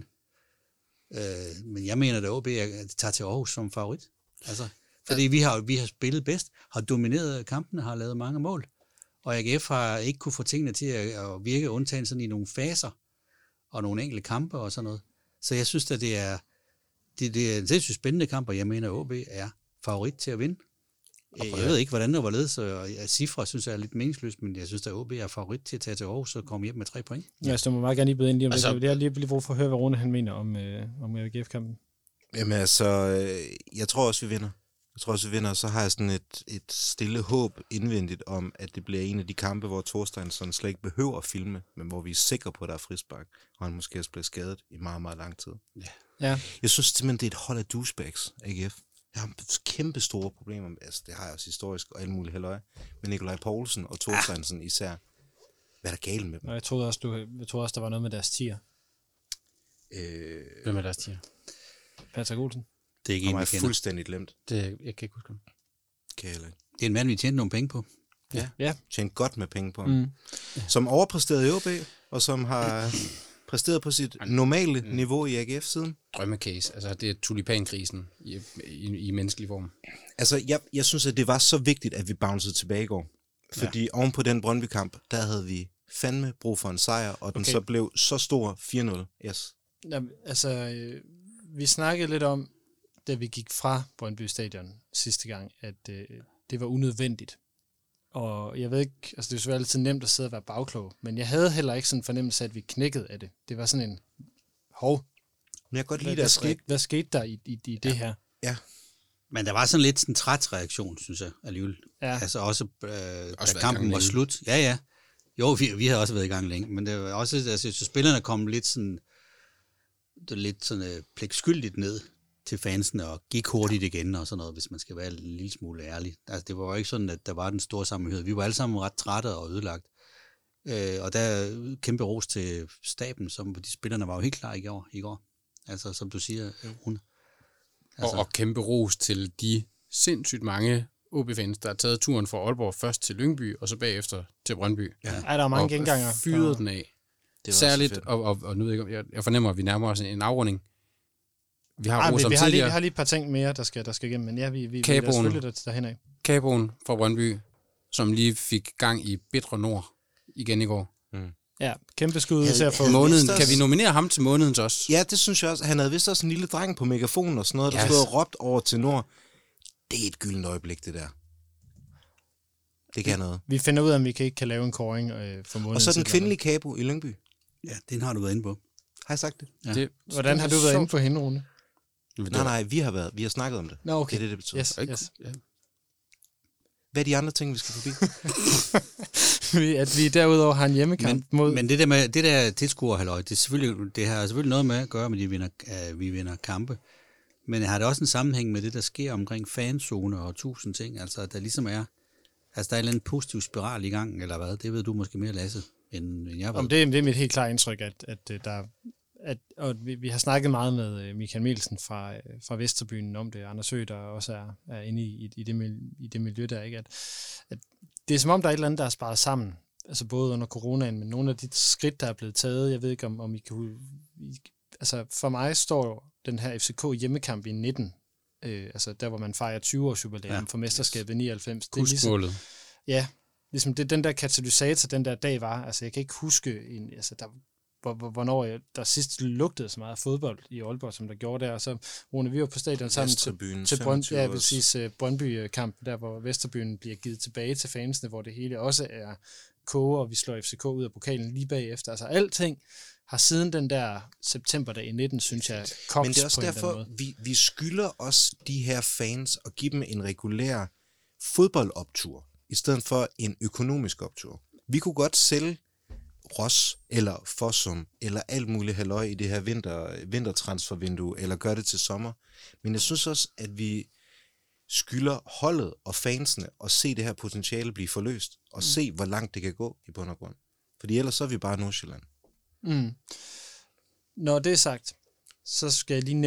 Øh, men jeg mener, at O B er, at de tager til Aarhus som favorit. Altså, fordi ja. vi, har, vi har spillet bedst, har domineret kampene, har lavet mange mål. Og A G F har ikke kunne få tingene til at, at virke undtagen sådan i nogle faser og nogle enkelte kampe og sådan noget. Så jeg synes, at det er, det, det er en sindssygt spændende kamp, og jeg mener, at O B er favorit til at vinde. Og jeg ved ikke, hvordan det var ledet, så cifre synes jeg er lidt meningsløst, men jeg synes, at O B er favorit til at tage til Aarhus og komme hjem med tre point. Ja, så må meget gerne lige byde ind lige om altså, det. Jeg har lige brug for at høre, hvad Rune han mener om, øh, om A G F-kampen. Jamen altså, jeg tror også, vi vinder. Jeg tror også, vi vinder, og så har jeg sådan et, et stille håb indvendigt om, at det bliver en af de kampe, hvor Thorsteinsson slet ikke behøver at filme, men hvor vi er sikre på, at der er frispark, og han måske også bliver skadet i meget, meget lang tid. Ja. Ja. Jeg synes simpelthen, det er et hold af douchebags, A G F. Jeg har kæmpe store problemer med, altså det har jeg også historisk og alt muligt helløje, med Nikolaj Poulsen og Thorsteinsson især. Hvad er der galt med dem? Og jeg troede også, du, jeg troede også, der var noget med deres tier. Øh, Hvem er deres tier? Patrick Olsen. Det er ikke en, vi kender. Fuldstændig glemt. Det, jeg kan ikke huske ham. Kan jeg det er en mand, vi tjente nogle penge på. Ja, ja. Tjente godt med penge på ham. Mm. Som overpræsterede i O B, og som har præsteret på sit normale mm. niveau i A G F siden. Drømmecase. Altså, det er tulipankrisen i, i, i menneskelig form. Altså, jeg, jeg synes, at det var så vigtigt, at vi bouncede tilbage i går. Fordi ja. oven på den Brøndby-kamp, der havde vi fandme brug for en sejr, og den okay. så blev så stor fire nul. Yes. Jamen, altså, øh, vi snakkede lidt om, da vi gik fra Brøndby Stadion sidste gang, at øh, det var unødvendigt. Og jeg ved ikke, altså det er jo selvfølgelig altid nemt at sidde og være bagklog, men jeg havde heller ikke sådan en fornemmelse af, at vi knækkede af det. Det var sådan en, hov, men jeg kan godt lide hvad, hvad, skete, hvad skete der i, i, i det ja. her? Ja. Men der var sådan lidt sådan en træt reaktion, synes jeg, alligevel. Ja. Altså også, øh, også da kampen var slut. Ja, ja. Jo, vi, vi havde også været i gang længe, men det var også, altså, så spillerne kom lidt sådan, lidt sådan uh, pligtskyldigt ned til fansene og gik hurtigt igen og sådan noget, hvis man skal være en lille smule ærlig. Altså, det var jo ikke sådan, at der var den store sammenhørighed. Vi var alle sammen ret trætte og ødelagt. Øh, og der er kæmpe ros til staben, som de spillerne var jo helt klar i går. I går. Altså, som du siger, Rune. Altså. Og, og kæmpe ros til de sindssygt mange O B-fans, der har taget turen fra Aalborg først til Lyngby, og så bagefter til Brøndby. Ja, ja der er mange genganger. Og fyrede den af. Særligt, og, og, og nu ved jeg ikke, jeg, jeg fornemmer, at vi nærmer os en afrunding. Vi har, Ej, vi, vi, har lige, vi har lige et par ting mere, der skal, der skal igennem, men ja, vi, vi, Kaboen, vi er selvfølgelig derhen af. Kaboen fra Brøndby, som lige fik gang i Bitre Nord igen i går. Mm. Ja, kæmpe skud til at få. Måneden, kan vi nominere ham til månedens også? Ja, det synes jeg også. Han havde vist også en lille dreng på megafonen og sådan noget, der yes. stod og råbt over til Nord. Det er et gyldent øjeblik, det der. Det kan noget. Vi finder ud af, om vi ikke kan lave en kåring øh, for måneden. Og så den kvindelige Kabo i Lyngby. Ja, den har du været inde på. Har jeg sagt det? Ja. det Hvordan har du været inde på hende, Rune? Nej, nej, vi har været. Vi har snakket om det. Nå, okay. Det er det, det betyder. Yes, yes. Ja. Hvad er de andre ting, vi skal forbi? At vi derudover har en hjemmekamp men, mod... Men det der, med, det der tilskuerhalløj, det, er selvfølgelig, det har selvfølgelig noget med at gøre med, at vi vinder, uh, vi vinder kampe. Men har det også en sammenhæng med det, der sker omkring fanzone og tusind ting? Altså, der ligesom er... Altså, der er en eller anden positiv spiral i gang, eller hvad? Det ved du måske mere, Lasse, end, end jeg ved. Om det, det er mit helt klare indtryk, at, at der... At, og vi, vi har snakket meget med Michael Mielsen fra, fra Vesterbyen om det, Anders Høgh, der også er, er inde i, i, det, i det miljø der, ikke? At, at det er som om, der er et eller andet, der er sparet sammen, altså både under coronaen, men nogle af de skridt, der er blevet taget, jeg ved ikke, om, om I kan... I, altså for mig står den her F C K hjemmekamp i nitten, øh, altså der, hvor man fejrer tyve års jubilæum ja, for mesterskabet yes. nioghalvfems. Det er ligesom, ja, ligesom det, den der katalysator, den der dag var, altså jeg kan ikke huske, en, altså der hvornår jeg, der sidst lugtede så meget fodbold i Aalborg, som der gjorde der, og så Rune, vi var på stadion sammen til, til Brøndby, ja, præcis, uh, Brøndby-kampen, der hvor Vesterbyen bliver givet tilbage til fansene, hvor det hele også er koge, og vi slår F C K ud af pokalen lige bagefter. Altså alting har siden den der septemberdag i nitten, synes jeg, koks. Men det er også på derfor, vi, vi skylder os de her fans og give dem en regulær fodboldoptur, i stedet for en økonomisk optur. Vi kunne godt sælge Ros eller Fossum eller alt muligt halløj i det her vinter, vintertransfervindue, eller gøre det til sommer. Men jeg synes også, at vi skylder holdet og fansene at se det her potentiale blive forløst, og mm. se, hvor langt det kan gå i bund og grund. Fordi ellers så er vi bare Nordsjælland. Mm. Når det er sagt, så skal jeg lige nævne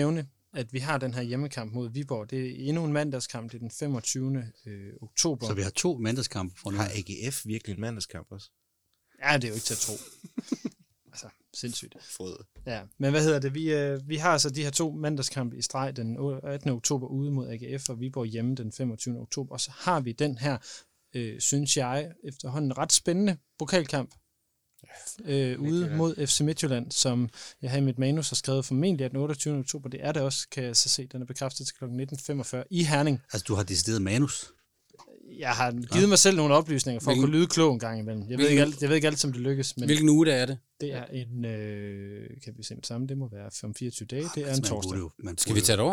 at vi har den her hjemmekamp mod Viborg. Det er endnu en mandagskamp, det er den femogtyvende oktober. Så vi har to mandagskampe fra nu. Har A G F virkelig en mandagskamp også? Ja, det er jo ikke til at tro. altså, sindssygt. Frød. Ja, men hvad hedder det? Vi, øh, vi har altså de her to mandagskampe i streg den attende oktober ude mod A G F, og Viborg hjemme den femogtyvende oktober. Og så har vi den her, øh, synes jeg, efterhånden ret spændende pokalkamp øh, ude mod F C Midtjylland, som jeg har i mit manus har skrevet formentlig at den otteogtyvende oktober. Det er det også, kan jeg så se. Den er bekræftet til klokken nitten femogfyrre i Herning. Altså, du har decideret manus? Jeg har givet mig selv nogle oplysninger for Hvilken... at kunne lyde klog en gang imellem. Jeg, Hvilken... ved ikke alt, jeg ved ikke alt, som det lykkes. Men Hvilken uge der er det? Det er en, øh, kan vi se det samme, det må være om fireogtyve dage. Det er en torsdag. Jo, Skal vi tage det over?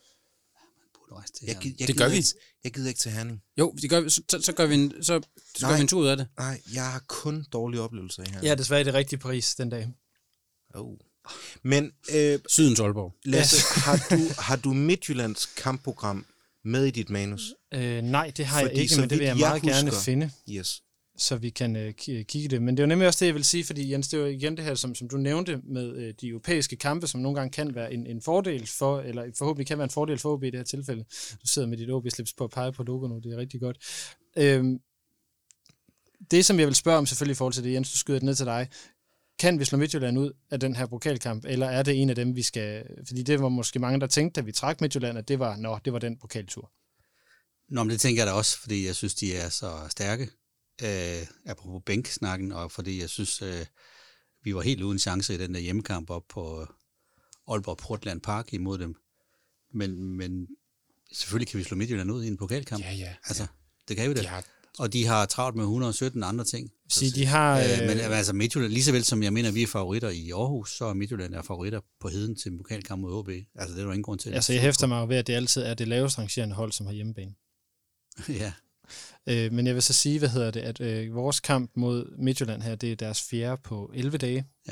Jeg, jeg, jeg det gør vi. Ikke, jeg gider ikke til Herning. Jo, det gør vi. Så, så, så gør vi en, så, så gør vi en tur ud af det. Nej, jeg har kun dårlige oplevelser i Herning. Ja, desværre er det rigtige Paris den dag. Oh. Men øh, Sydens Aalborg. Lasse, har du, har du Midtjyllands kampprogram med i dit manus? Øh, nej, det har Fordi jeg ikke, men det vil jeg, jeg meget husker, gerne finde. Yes. Så vi kan øh, kigge det. Men det er jo nemlig også det, jeg vil sige, fordi Jens, det er jo igen det her, som, som du nævnte med øh, de europæiske kampe, som nogle gange kan være en, en fordel for, eller forhåbentlig kan være en fordel for O B i det her tilfælde. Du sidder med dit O B-slips på at pege på logo nu, det er rigtig godt. Øhm, det, som jeg vil spørge om selvfølgelig i forhold til det, Jens, du skyder det ned til dig. Kan vi slå Midtjylland ud af den her pokalkamp, eller er det en af dem, vi skal... Fordi det var måske mange, der tænkte, da vi trak Midtjylland, at det var, nå, det var den pokaltur. Nå, men det tænker jeg da også, fordi jeg synes, de er så stærke. Øh, apropos bænksnakken, og fordi jeg synes, øh, vi var helt uden chance i den der hjemmekamp op på Aalborg Portland Park imod dem. Men, men selvfølgelig kan vi slå Midtjylland ud i en pokalkamp. Ja, ja. Altså, det kan vi da. De har... Og de har travlt med et hundrede og sytten andre ting. Så de har... Øh, men altså Midtjylland, lige så vel som jeg mener, vi er favoritter i Aarhus, så er Midtjylland er favoritter på heden til en pokalkamp mod O B. Altså, det er der ingen grund til. Altså, jeg hæfter mig ved, at det altid er det lavest rangerende hold, som har hjemmebane. ja. Øh, men jeg vil så sige, hvad hedder det, at øh, vores kamp mod Midtjylland her, det er deres fjerde på elleve dage. Ja.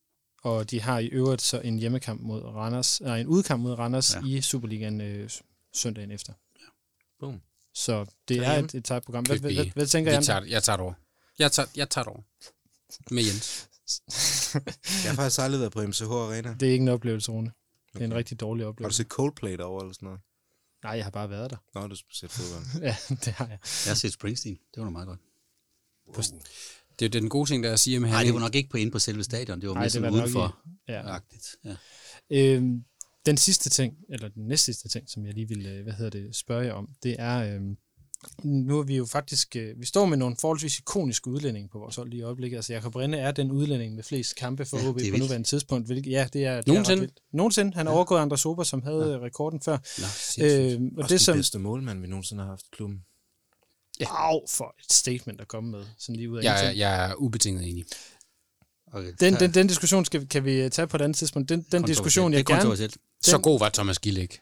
Og de har i øvrigt så en hjemmekamp mod Randers, nej, en udkamp mod Randers ja. i Superligaen øh, søndagen efter. Ja. Boom. Så det så er et, et tight program. Hvad, hvad, hvad, hvad tænker jeg? Tager, jeg tager det over. Jeg tager, jeg tager det over. Med Jens. Jeg har faktisk aldrig været på M C H Arena. Det er ikke en oplevelse, Rune. Det er en rigtig dårlig oplevelse. Har du set Coldplay derovre eller sådan noget? Nej, jeg har bare været der. Nå, du har set fodbold. Ja, det har jeg. Jeg har set Springsteen. Det var da meget godt. Wow. Det er jo den gode ting, der er at sige med her. Nej, det var nok ikke på inde på selve stadion. Det var mere sådan udenfor. Ja. ja. Øhm, den sidste ting, eller den næste sidste ting, som jeg lige vil, hvad hedder det, spørge jer om, det er, øhm, nu er vi jo faktisk, øh, vi står med nogle forholdsvis ikoniske udlændinge på vores hold lige i øjeblikket. Altså Jakob Rinde er den udlænding med flest kampe for ja, O B på nuværende tidspunkt. Hvilket, ja, det er... Nogensinde? Det er Nogensinde. Han har ja. overgået Andres Sober, som havde ja. rekorden før. Nå, øh, og Også det, som, den bedste målmand, vi nogensinde har haft i klubben. Ja. Au, for et statement at komme med. Sådan lige ud af jeg, jeg er ubetinget enig. Okay. Den, den, den diskussion skal, kan vi tage på et andet tidspunkt. Den, den diskussion, jeg gerne... Den, Så god var Thomas Gilde ikke.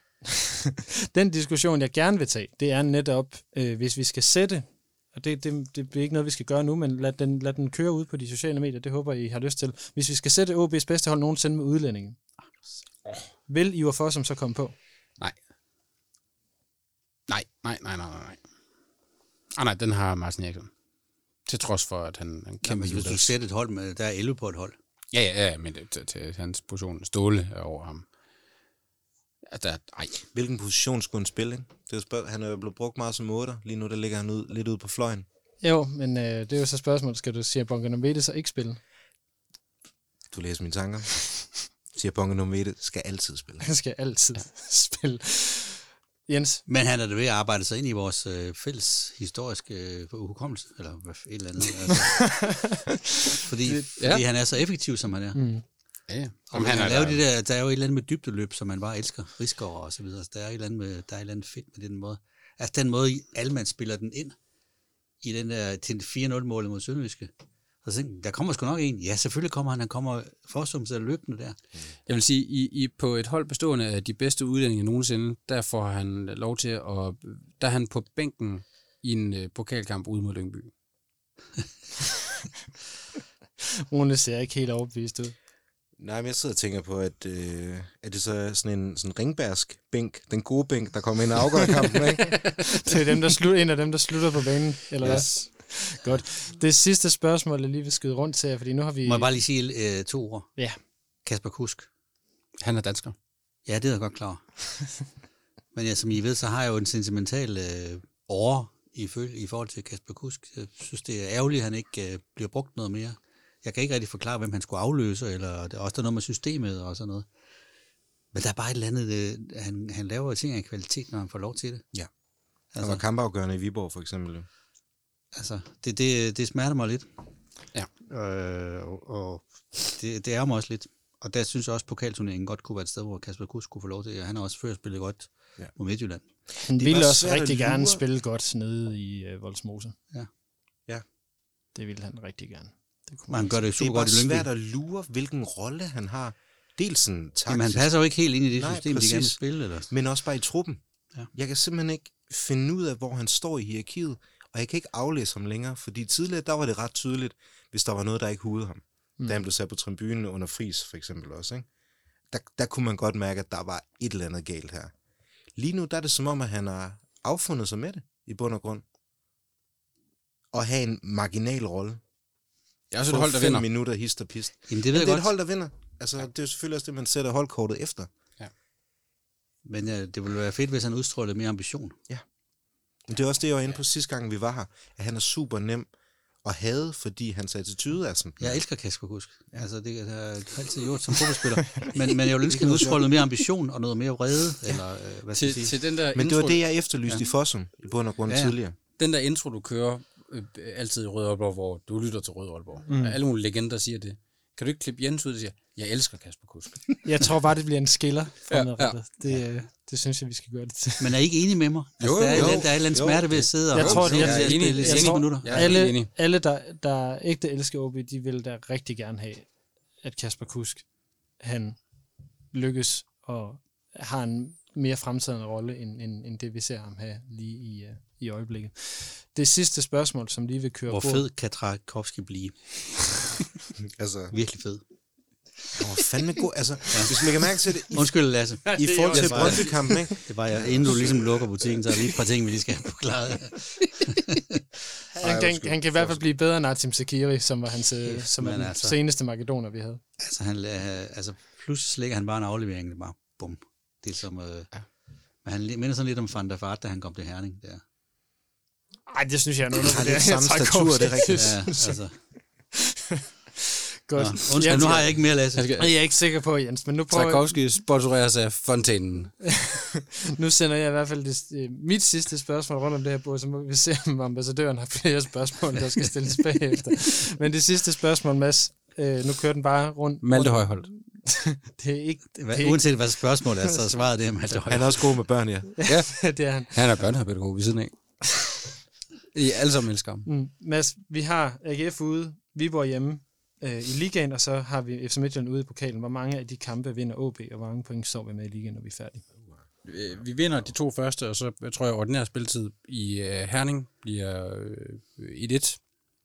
Den diskussion, jeg gerne vil tage, det er netop, øh, hvis vi skal sætte, og det, det, det er ikke noget, vi skal gøre nu, men lad den, lad den køre ud på de sociale medier, det håber I har lyst til. Hvis vi skal sætte O B's bedste hold nogensinde med udlændinge, vil Ivar Fossum så komme på? Nej. Nej, nej, nej, nej, nej. Ah, nej, den har Martin Eriksson. Til trods for, at han, han kæmper. Hvis du sætter et hold med, der er elleve på et hold. Ja, ja, ja, men det, til, til hans position, Ståle er over ham. Der, ej. Hvilken position skulle han spille? Ikke? Det er spørg- han er jo blevet brugt meget som otter. Lige nu der ligger han ud, lidt ude på fløjen. Jo, men øh, det er jo så spørgsmålet. Skal du sige, at Bonga Nomvete så ikke spille? Du læser mine tanker. Siger Bonga Nomvete skal altid spille. Han skal altid ja. spille. Jens? Men han er det ved at arbejde sig ind i vores øh, fælles historiske øh, hukommelse, eller hvad et eller andet. Altså. fordi ja. fordi han er så effektiv, som han er. Mm. Ja, og han har lavet det der, der er jo et eller andet med dybdeløb, som man bare elsker, Rigsgaard og så videre. Der er et eller andet med, der er et eller andet fedt med den måde. Altså den måde, Alman spiller den ind i den der til fire nul målet mod Sønderjyske. Og så tænkte, der kommer sgu nok en. Ja, selvfølgelig kommer han. Han kommer forsums af løbende der. Jeg vil sige, i, i på et hold bestående af de bedste udlændinge nogensinde, der får han lov til at, der er han på bænken i en uh, pokalkamp ude mod Lyngby. Rune ser ikke helt overbevist ud. Nej, men jeg sidder og tænker på, at øh, er det så sådan en sådan ringbærsk bænk, den gode bænk, der kommer ind og afgør kampen, ikke? Det er dem, der slutter, en af dem, der slutter på banen, eller yes. hvad? Godt. Det sidste spørgsmål, jeg lige vil skyde rundt til, fordi nu har vi... Må jeg bare lige sige øh, to ord? Ja. Kasper Kusk. Han er dansker. Ja, det er jeg godt klar. Men ja, som I ved, så har jeg jo en sentimental øh, åre i, i forhold til Kasper Kusk. Jeg synes, det er ærgerligt, at han ikke øh, bliver brugt noget mere. Jeg kan ikke rigtig forklare, hvem han skulle afløse, eller det er også der noget med systemet og sådan noget. Men der er bare et eller andet, øh, han, han laver ting af kvalitet, når han får lov til det. Ja. Han Altså, var kampafgørende i Viborg, for eksempel. altså det, det, det smerter mig lidt. Ja. Øh, og og det, det er mig også lidt. Og der synes jeg også, at pokalturneringen godt kunne være et sted, hvor Kasper Kusk kunne få lov til det. Han har også før spillet godt Ja. mod Midtjylland. Han Det ville var også svært at rigtig lure. gerne spille godt nede i øh, Voldsmose. Ja. Ja. Det ville han rigtig gerne. Det kunne Men han man gør det Det er super bare godt i Lyngby. svært at lure, hvilken rolle han har. Dels sådan taktisk, Jamen, han passer jo ikke helt ind i det Nej, system, de gerne vil præcis. spille. Eller? men også bare i truppen. Ja. Jeg kan simpelthen ikke finde ud af, hvor han står i hierarkiet, og jeg kan ikke aflæse ham længere, fordi tidligere, der var det ret tydeligt, hvis der var noget, der ikke hudede ham. Mm. Da han blev sat på tribunen under Friis, for eksempel også, ikke? Der, der kunne man godt mærke, at der var et eller andet galt her. Lige nu, der er det som om, at han har affundet sig med det, i bund og grund. Og have en marginal rolle. Jeg er også et Få hold, der fem vinder. minutter hist og pist. Jamen, det ved Men jeg det er godt. et hold, der vinder. Altså, ja. Det er jo selvfølgelig også det, man sætter holdkortet efter. Men ja, det ville være fedt, hvis han udstrålede mere ambition. Men det er også det, jeg var inde på sidste gang, vi var her. At han er super nem at have, fordi hans attitude er sådan. Jeg elsker Kasper Kusk. Altså, det har jeg altid gjort som fodboldspiller. men, men jeg vil ønske, at han udstrålede noget mere ambition og noget mere vrede. Ja. Eller, øh, hvad skal jeg Til, sige? til den der Men det intro, var det, jeg efterlyste ja. i Fossum, i bund og grund Ja, ja. tidligere. den der intro, du kører øh, altid i Røde Aalborg, hvor du lytter til Røde Aalborg. Mm. Alle mulige legender siger det. Kan du ikke klippe Jens ud, der siger, jeg elsker Kasper Kusk? Jeg tror bare, det bliver en skiller fremadrettet. Ja, Det, øh, det synes jeg, vi skal gøre det til. Men er I ikke enige med mig? Altså, Jo, der, er, jo, jo, der er et eller andet jo. smerte ved at sidde og Jeg tror, se det er- ham jeg er spille enig. i Jeg seks tror- minutter. Jeg er helt alle, enig. alle der, der ægte elsker O B, de vil da rigtig gerne have, at Kasper Kusk, han lykkes og har en mere fremtrædende rolle, end, end, end det, vi ser ham have lige i, uh, i øjeblikket. Det sidste spørgsmål, som lige vil køre Hvor på. fed kan Trakowski blive? Altså, Virkelig fed. han var fandme god. Altså, ja. Hvis man kan mærke til det, i, Undskyld, Lasse. i forhold til Brøndby-kampen, ikke? Det var jeg, inden du ligesom lukker butikken, så er der lige et par ting, vi lige skal have forklaret. Han, kan, han kan i hvert fald blive bedre end Artem Sakiri, som var hans øh, som var Men den altså- seneste makedoner, vi havde. Altså, han, øh, altså pludselig slækker han bare en aflevering, det bare bum. Det er som, øh, ja. Men han minder sådan lidt om Van der Vaart, da han kom til Herning der. Ej, det synes jeg er noget, Har det lidt samme statur, det er rigtigt. Ja, altså. Godt. Nå, undskyld, nu har jeg ikke mere, Lasse. Jeg skal- Jeg er ikke sikker på, Jens, men nu prøver jeg, Trakowski sponsoreres af Fontænen. nu sender jeg i hvert fald det, øh, mit sidste spørgsmål rundt om det her bord, så må vi se, om ambassadøren har flere spørgsmål, der skal stilles bagefter. Men det sidste spørgsmål, Mads, øh, nu kører den bare rundt. Malte rundt. Højholdt. Det er ikke... Det er Hva, ikke uanset hvad spørgsmålet er, så svaret det er Malte Høj. Han er også god med børn, ja. Ja, det er han. han er børnehavepædagog ved siden af. I alle sammen elsker ham. Mm. Mads, vi har A G F ude, Viborg hjemme øh, i ligaen, og så har vi F C Midtjylland ude i pokalen. Hvor mange af de kampe vinder O B, og hvor mange point står vi med i ligaen, når vi er færdige? Vi vinder de to første, og så jeg tror jeg, ordinær spilletid i uh, Herning bliver uh, et et.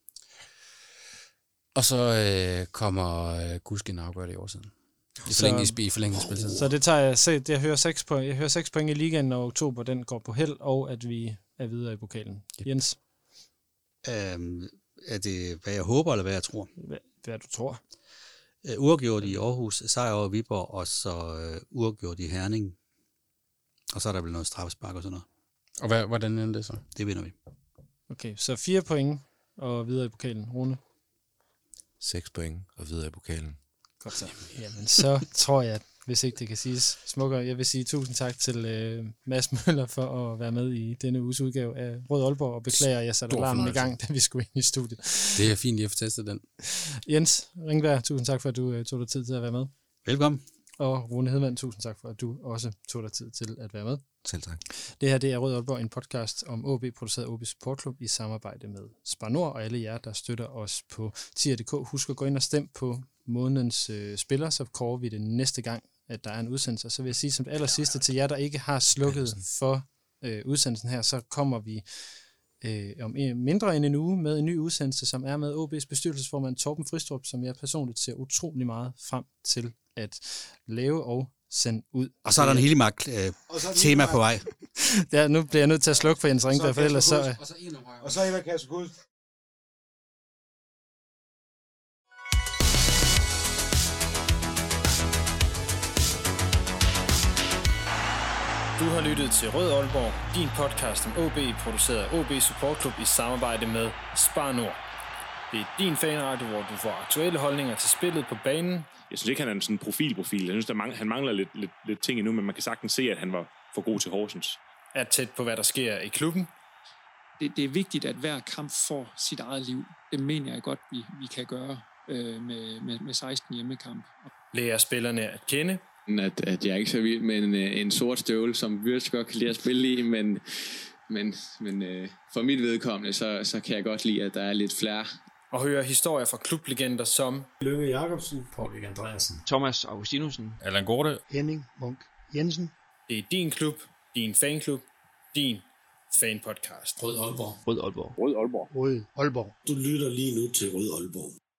Og så uh, kommer uh, Guskin afgør det i årsiden. I forlængelse i forlængelse spilletid. Så det tager jeg, se, det, jeg hører seks point. Jeg hører seks point i ligaen, når oktober den går på held, og at vi er videre i pokalen. Jens, Øhm, er det, hvad jeg håber, eller hvad jeg tror? hvad, hvad du tror? Uh, uafgjort i Aarhus, sejr over Viborg, og så uh, uafgjort i Herning. Og så er der vel noget straffespark og sådan noget. Og hvad, hvordan er det så? Det vinder vi. Okay, så fire point og videre i pokalen. Rune? Seks point og videre i pokalen. Godt så. Jamen, så tror jeg, hvis ikke det kan siges smukkere, jeg vil sige tusind tak til øh, Mads Møller for at være med i denne uges udgave af Rød Aalborg, og beklager, at jeg satte Stor alarmen i fornøjelse. gang, da vi skulle ind i studiet. Det er fint, at I har fået testet den. Jens Ringberg, tusind tak for, at du øh, tog dig tid til at være med. Velkommen. Og Rune Hedman, tusind tak for, at du også tog dig tid til at være med. Selv tak. Det her det er Rød Aalborg, en podcast om O B, produceret af O B Support Club i samarbejde med Spar Nord, og alle jer, der støtter os på tier punktum d k. Husk at gå ind og stemme på månedens øh, spiller, så kårer vi det næste gang, at der er en udsendelse. Og så vil jeg sige som det aller sidste til jer, der ikke har slukket for øh, udsendelsen her, så kommer vi øh, om en, mindre end en uge med en ny udsendelse, som er med O B's bestyrelsesformand Torben Fristrup, som jeg personligt ser utrolig meget frem til at lave og sende ud. Og så er der en hele mark øh, tema på vej. Ja, nu bliver jeg nødt til at slukke for Jens Ringberg, for ellers så... Øh, Og så en om højre. Og så er Eva Kasper Du har lyttet til Rød Aalborg, din podcast om O B, produceret af O B Support Club i samarbejde med Spar Nord. Det er din fanradio, hvor du får aktuelle holdninger til spillet på banen. Jeg synes ikke, han er en sådan profilprofil. Jeg synes, der mangler, han mangler lidt, lidt, lidt ting endnu, men man kan sagtens se, at han var for god til Horsens. Er tæt på, hvad der sker i klubben. Det, det er vigtigt, at hver kamp får sit eget liv. Det mener jeg godt, vi, vi kan gøre øh, med, med, med seksten hjemmekamp. Lærer spillerne at kende. At, at jeg er ikke så vild med en, en sort støvle, som Wirtz godt kan lide at spille i, men, men, men øh, for mit vedkommende, så, så kan jeg godt lide, at der er lidt flere. Og høre historier fra klublegender som Lønge Jacobsen, Paul Andreasen, Thomas Augustinussen, Allan Gorte, Henning Munk Jensen. Det er din klub, din fanklub, din fanpodcast. Rød Aalborg. Rød Aalborg. Rød Aalborg. Rød Aalborg. Du lytter lige nu til Rød Aalborg.